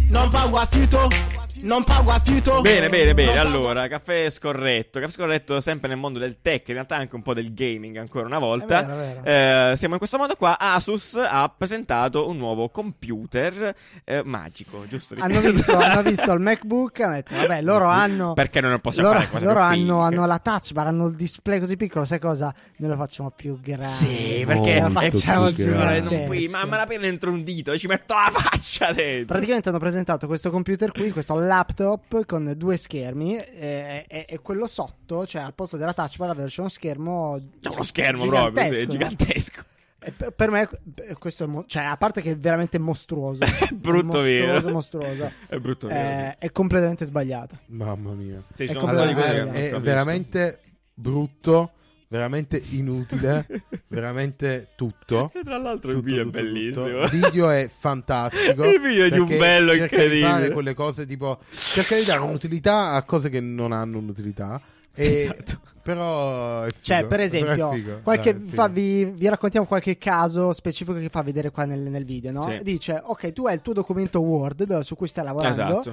non pago affitto. Bene. Allora, caffè scorretto sempre nel mondo del tech, in realtà anche un po' del gaming ancora una volta. È vero. Siamo in questo modo qua. Asus ha presentato un nuovo computer magico, giusto? Hanno visto il MacBook, hanno detto vabbè, loro hanno, perché noi non possiamo fare cose loro hanno la touch bar, hanno il display così piccolo, sai cosa? Noi lo facciamo più grande. Sì, perché lo facciamo più non puoi, ma appena entro un dito e ci metto la faccia dentro. Praticamente hanno presentato questo computer qui, questo laptop con 2 schermi e quello sotto, cioè al posto della touch bar c'è uno schermo, c'è uno schermo proprio gigantesco. Per me questo è cioè, a parte che è veramente mostruoso, brutto, mostruoso, è brutto, vero. È completamente sbagliato. Mamma mia, sì, è veramente brutto, veramente inutile, veramente tutto. E tra l'altro Tutto, il video tutto, è bellissimo. tutto. Il video è fantastico. Il video è di un perché bello cerca di incredibile. fare quelle cose tipo, cerca di dare un'utilità a cose che non hanno un'utilità. Sì, esatto. Però è figo, Cioè, per però è esempio, figo, qualche, dai, è figo. vi raccontiamo qualche caso specifico che fa vedere qua nel video, no? Sì. Dice, ok, tu hai il tuo documento Word su cui stai lavorando. Esatto.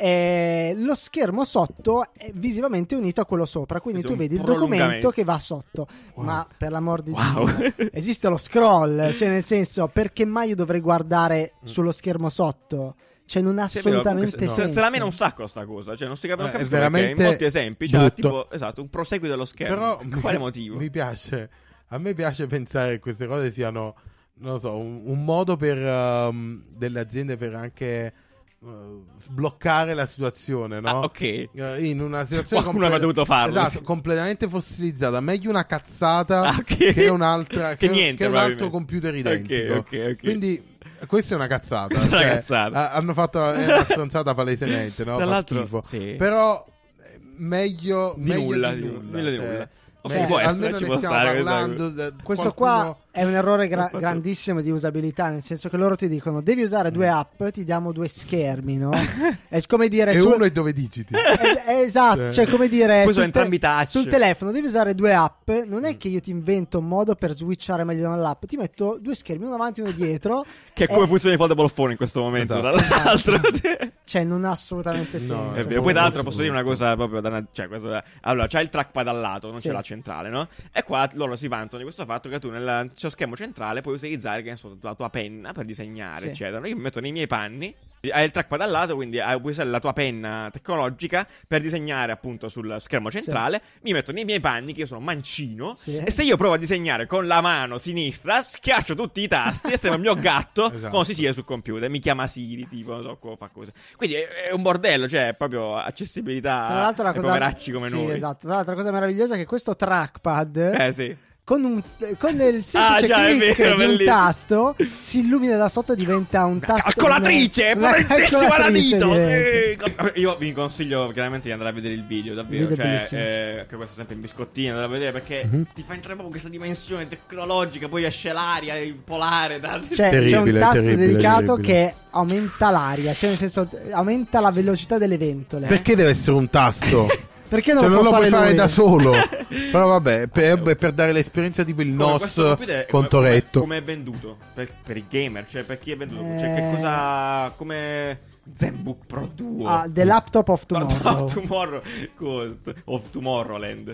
E lo schermo sotto è visivamente unito a quello sopra, quindi Questo tu è un vedi il documento prolungamento. che va sotto. Ma per l'amor di Wow. Dio, esiste lo scroll, cioè nel senso, perché mai io dovrei guardare sullo schermo sotto? Cioè non ha Sì, è vero, assolutamente comunque senso. se la mena un sacco sta cosa, cioè non si capisce, È perché veramente in molti esempi c'è brutto. tipo, esatto, un proseguio dello schermo. Però Per quale motivo? Mi piace, a me piace pensare che queste cose siano, non lo so, un modo per delle aziende per anche sbloccare la situazione, no? Ah, ok. In una situazione Qualcuno aveva dovuto farlo, esatto, sì. completamente fossilizzata. Meglio una cazzata Ah, ok. che un'altra Che niente, che un altro probabilmente. computer identico. Ok. Quindi questa è una cazzata. Questa è una cioè, cazzata. hanno fatto è una stronzata palesemente, no? Tra Fa l'altro, schifo. sì. Però meglio Di meglio nulla, di di nulla, nulla di cioè, nulla. Ok, meglio- può essere, almeno ci ne può stiamo stare questa parlando. Questo Qualcuno- qua è un errore Fatto- grandissimo di usabilità, nel senso che loro ti dicono devi usare due app, ti diamo due schermi, no? È come dire e uno è dove digiti. esatto, cioè come dire Poi sono sul, entrambi touch. sul telefono devi usare due app, non è che io ti invento un modo per switchare meglio da un'app, ti metto due schermi, uno davanti e uno dietro. Che è come funziona il foldable phone in questo momento, Esatto. tra l'altro. Cioè non ha assolutamente senso. No, È vero. molto Poi tra l'altro molto posso dire una cosa proprio cioè, allora c'è il trackpad al lato, non Sì. c'è la centrale, no? E qua loro si vantano di questo fatto che tu nel suo schermo centrale puoi utilizzare, che ne so, la tua penna per disegnare, Sì. eccetera. Io mi metto nei miei panni, hai il trackpad al lato, quindi puoi usare la tua penna tecnologica per disegnare appunto sul schermo centrale. Mi metto nei miei panni, che io sono mancino, Sì. e se io provo a disegnare con la mano sinistra, schiaccio tutti i tasti e sembra il mio gatto Esatto. quando si siede sul computer, mi chiama Siri, tipo, non so come fa cose. Quindi è un bordello, cioè è proprio accessibilità Tra l'altro la ai cosa poveracci come sì, noi. esatto. Tra l'altro la cosa meravigliosa è che questo trackpad Sì. con il semplice già, è click vero, di un bellissimo. tasto si illumina da sotto, diventa un tasto Calcolatrice, una potentissima da calcolatrice dito. diventa. Io vi consiglio chiaramente di andare a vedere il video, davvero. Il video è bellissimo. Che questo è sempre in biscottino, andare a vedere perché ti fa entrare proprio questa dimensione tecnologica. Poi esce l'aria polare. Cioè, c'è un Terribile, tasto terribile, dedicato terribile. che aumenta l'aria, cioè nel senso aumenta la velocità delle ventole. Perché deve essere un tasto? Perché non Cioè, lo non può lo puoi fare lui? da solo. Però vabbè, per dare l'esperienza tipo il Come questo NOS computer è con Toretto. come è venduto per i gamer, cioè per chi è venduto, cioè che cosa, come ZenBook Pro 2 Ah, The Laptop of Tomorrow. of Tomorrowland.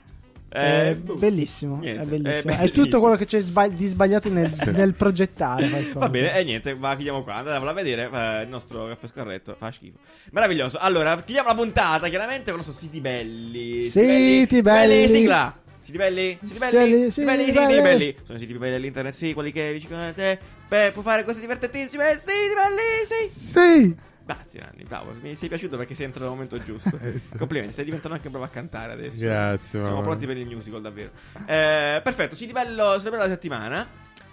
È boh. bellissimo, Niente, è bellissimo. È bellissimo. tutto quello che c'è di sbagliato nel progettare qualcosa. Va bene, e niente, ma chiudiamo qua. Andatevela a vedere. Il nostro caffè scorretto fa schifo. Meraviglioso. Allora, chiudiamo la puntata chiaramente con i nostri siti belli. Siti belli. Sigla. Siti belli. Siti belli. Siti belli. Siti belli. Sono i siti più belli dell'internet, sì, quelli che dicono a te. Beh, puoi fare cose divertentissime. Siti belli, sì. Sì. Grazie Nanni, bravo, mi sei piaciuto perché sei entrato al momento giusto. Complimenti, stai diventando anche bravo a cantare adesso. Grazie, Siamo mamma. pronti per il musical, davvero. Perfetto, sito bello della settimana.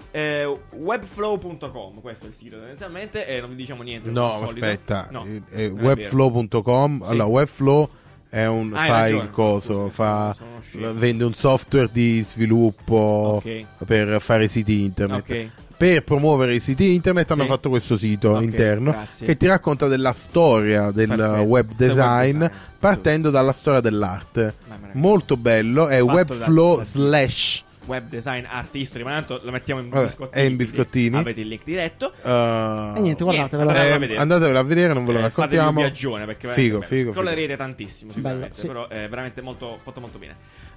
Webflow.com, questo è il sito tendenzialmente. E non vi diciamo niente. No, come al solito. aspetta. No, È non è webflow.com. Sì. Allora, Webflow è un Hai file ragione. coso, Scusa, fa sono scemo. vende un software di sviluppo Ok. per fare siti internet. Ok. Per promuovere i siti internet hanno Sì. fatto questo sito Ok, interno grazie. che ti racconta della storia del Perfetto. web Del design, web design. partendo dalla storia dell'arte. Ma meraviglioso. Molto bello, è Fatto Webflow da- slash Web design art history, ma tanto lo mettiamo in Vabbè, biscottini. è in biscottini. quindi Avete il link diretto. E niente, guardatevelo. Andatevelo a vedere. andatevelo a vedere, non ve lo Fatevi un raccontiamo. viaggione perché Figo, veramente figo, bello. Scrollerete tantissimo sicuramente, Bello, sì. però è veramente molto fatto molto bene.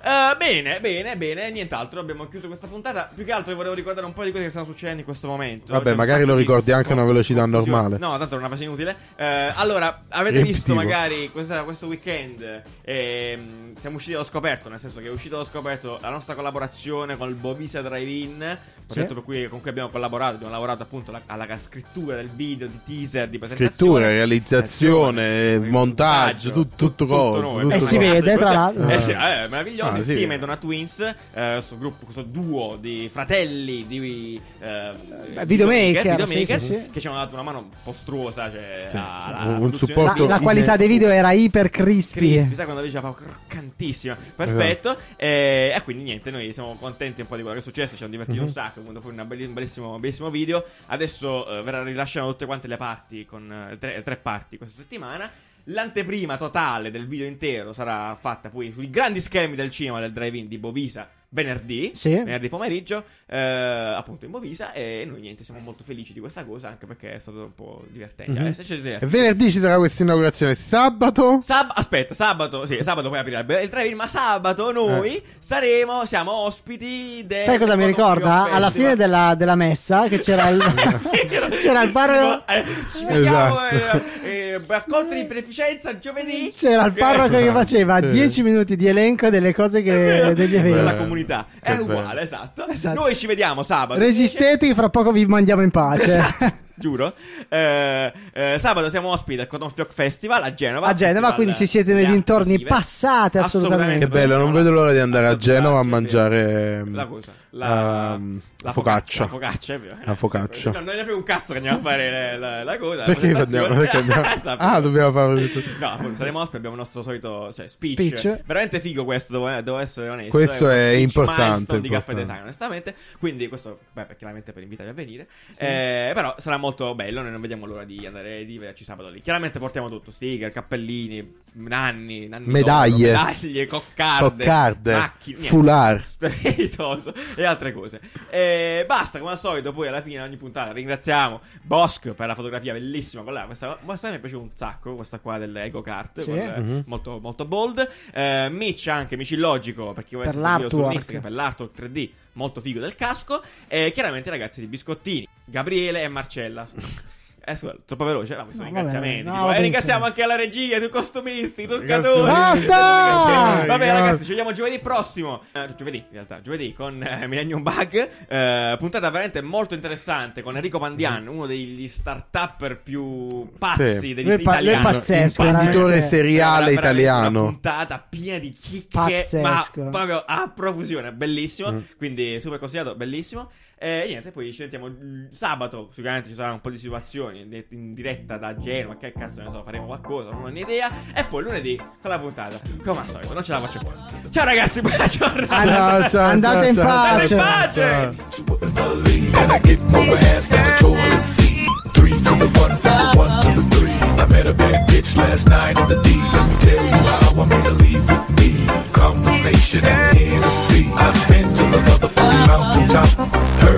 Bene, nient'altro, abbiamo chiuso questa puntata. Più che altro vi volevo ricordare un po' di cose che stanno succedendo in questo momento. Vabbè, C'è un magari sacco lo di ricordi anche a una velocità confusione. normale. No, tanto è una fase inutile. Allora, avete visto Riempitivo. magari questo weekend siamo usciti allo scoperto, nel senso che è uscito allo scoperto la nostra collaborazione collaborazione con il Bovisa Drive-In, progetto con cui abbiamo lavorato appunto alla scrittura del video, di teaser, di presentazione, scrittura, realizzazione, montaggio, tutto noi. E si vede tra l'altro. Meraviglioso, insieme ad una Twins, questo duo di fratelli di videomaker, che ci hanno dato una mano mostruosa, cioè un supporto. La qualità dei video era iper crispy, sai quando diceva croccantissima, perfetto. E quindi niente, noi siamo contenti un po' di quello che è successo, ci siamo divertiti un sacco, è venuto fuori un bellissimo video. Adesso rilasciano tutte quante le parti, con tre parti questa settimana. L'anteprima totale del video intero sarà fatta poi sui grandi schermi del cinema del drive-in di Bovisa venerdì pomeriggio, appunto in Bovisa, e noi niente, siamo molto felici di questa cosa, anche perché è stato un po' divertente. E venerdì ci sarà questa inaugurazione. Sabato sabato poi aprirà il drive-in, ma sabato noi siamo ospiti del sai cosa mi ricorda? Alla fine della messa che c'era il c'era il parroco, ci vediamo raccolta di beneficenza giovedì, c'era il parroco che faceva 10 minuti di elenco delle cose degli eventi della comunità. È uguale, esatto. Noi ci vediamo sabato. Resistete, fra poco vi mandiamo in pace. Esatto. Giuro. Sabato siamo ospiti al Cotton Fioc Festival a Genova. Quindi se siete nei dintorni passate assolutamente. Che bello, non vedo l'ora di andare a Genova a mangiare la focaccia. La focaccia. No, non è più un cazzo che andiamo a fare la cosa. Perché andiamo? Dobbiamo fare. No, saremo ospiti, abbiamo il nostro solito speech. Veramente figo questo, devo essere onesto. Questo è importante di Caffè Design, onestamente. Quindi questo, chiaramente per invitarvi a venire. Però sarà molto bello, noi non vediamo l'ora di andare di vederci sabato lì. Chiaramente portiamo tutto, sticker, cappellini, nanni medaglie, coccarde, macchine, foulard, spiritoso e altre cose. Basta, come al solito. Poi alla fine di ogni puntata ringraziamo Bosch per la fotografia bellissima. Questa mi è piaciuta un sacco, questa qua dell'Ego Kart, molto, molto bold. Mitch, anche Micillogico, per chi vuole essere su Instagram, per l'artwork 3D molto figo del casco. E chiaramente i ragazzi di Biscottini, Gabriele e Marcella. Troppo veloce, ma questo ringraziamenti. Ringraziamo anche alla regia, i costumisti, i truccatori. Basta! Vabbè, ragazzi, ci vediamo giovedì prossimo. Giovedì con Millennium Bug. Puntata veramente molto interessante con Enrico Pandian, uno degli start-upper più pazzi degli italiani. Lui è pazzesco, imprenditore seriale italiano. Una puntata piena di chicche, pazzesco, ma proprio a profusione, bellissimo. Quindi super consigliato, bellissimo. E niente, poi ci sentiamo sabato. Sicuramente ci saranno un po' di situazioni in diretta da Genova. Che cazzo ne so, faremo qualcosa, non ho un'idea. E poi lunedì con la puntata, come al solito, non ce la faccio fuori. Ciao ragazzi, buona giornata. Ciao, andate in pace. And I get more ass than a toilet seat. 3 to the 1, from the 1 to the 3. I met a bad bitch last night in the D. Let me tell you how I made her leave with me. Conversation and Hennessy. I've been to the motherfucking mountaintop.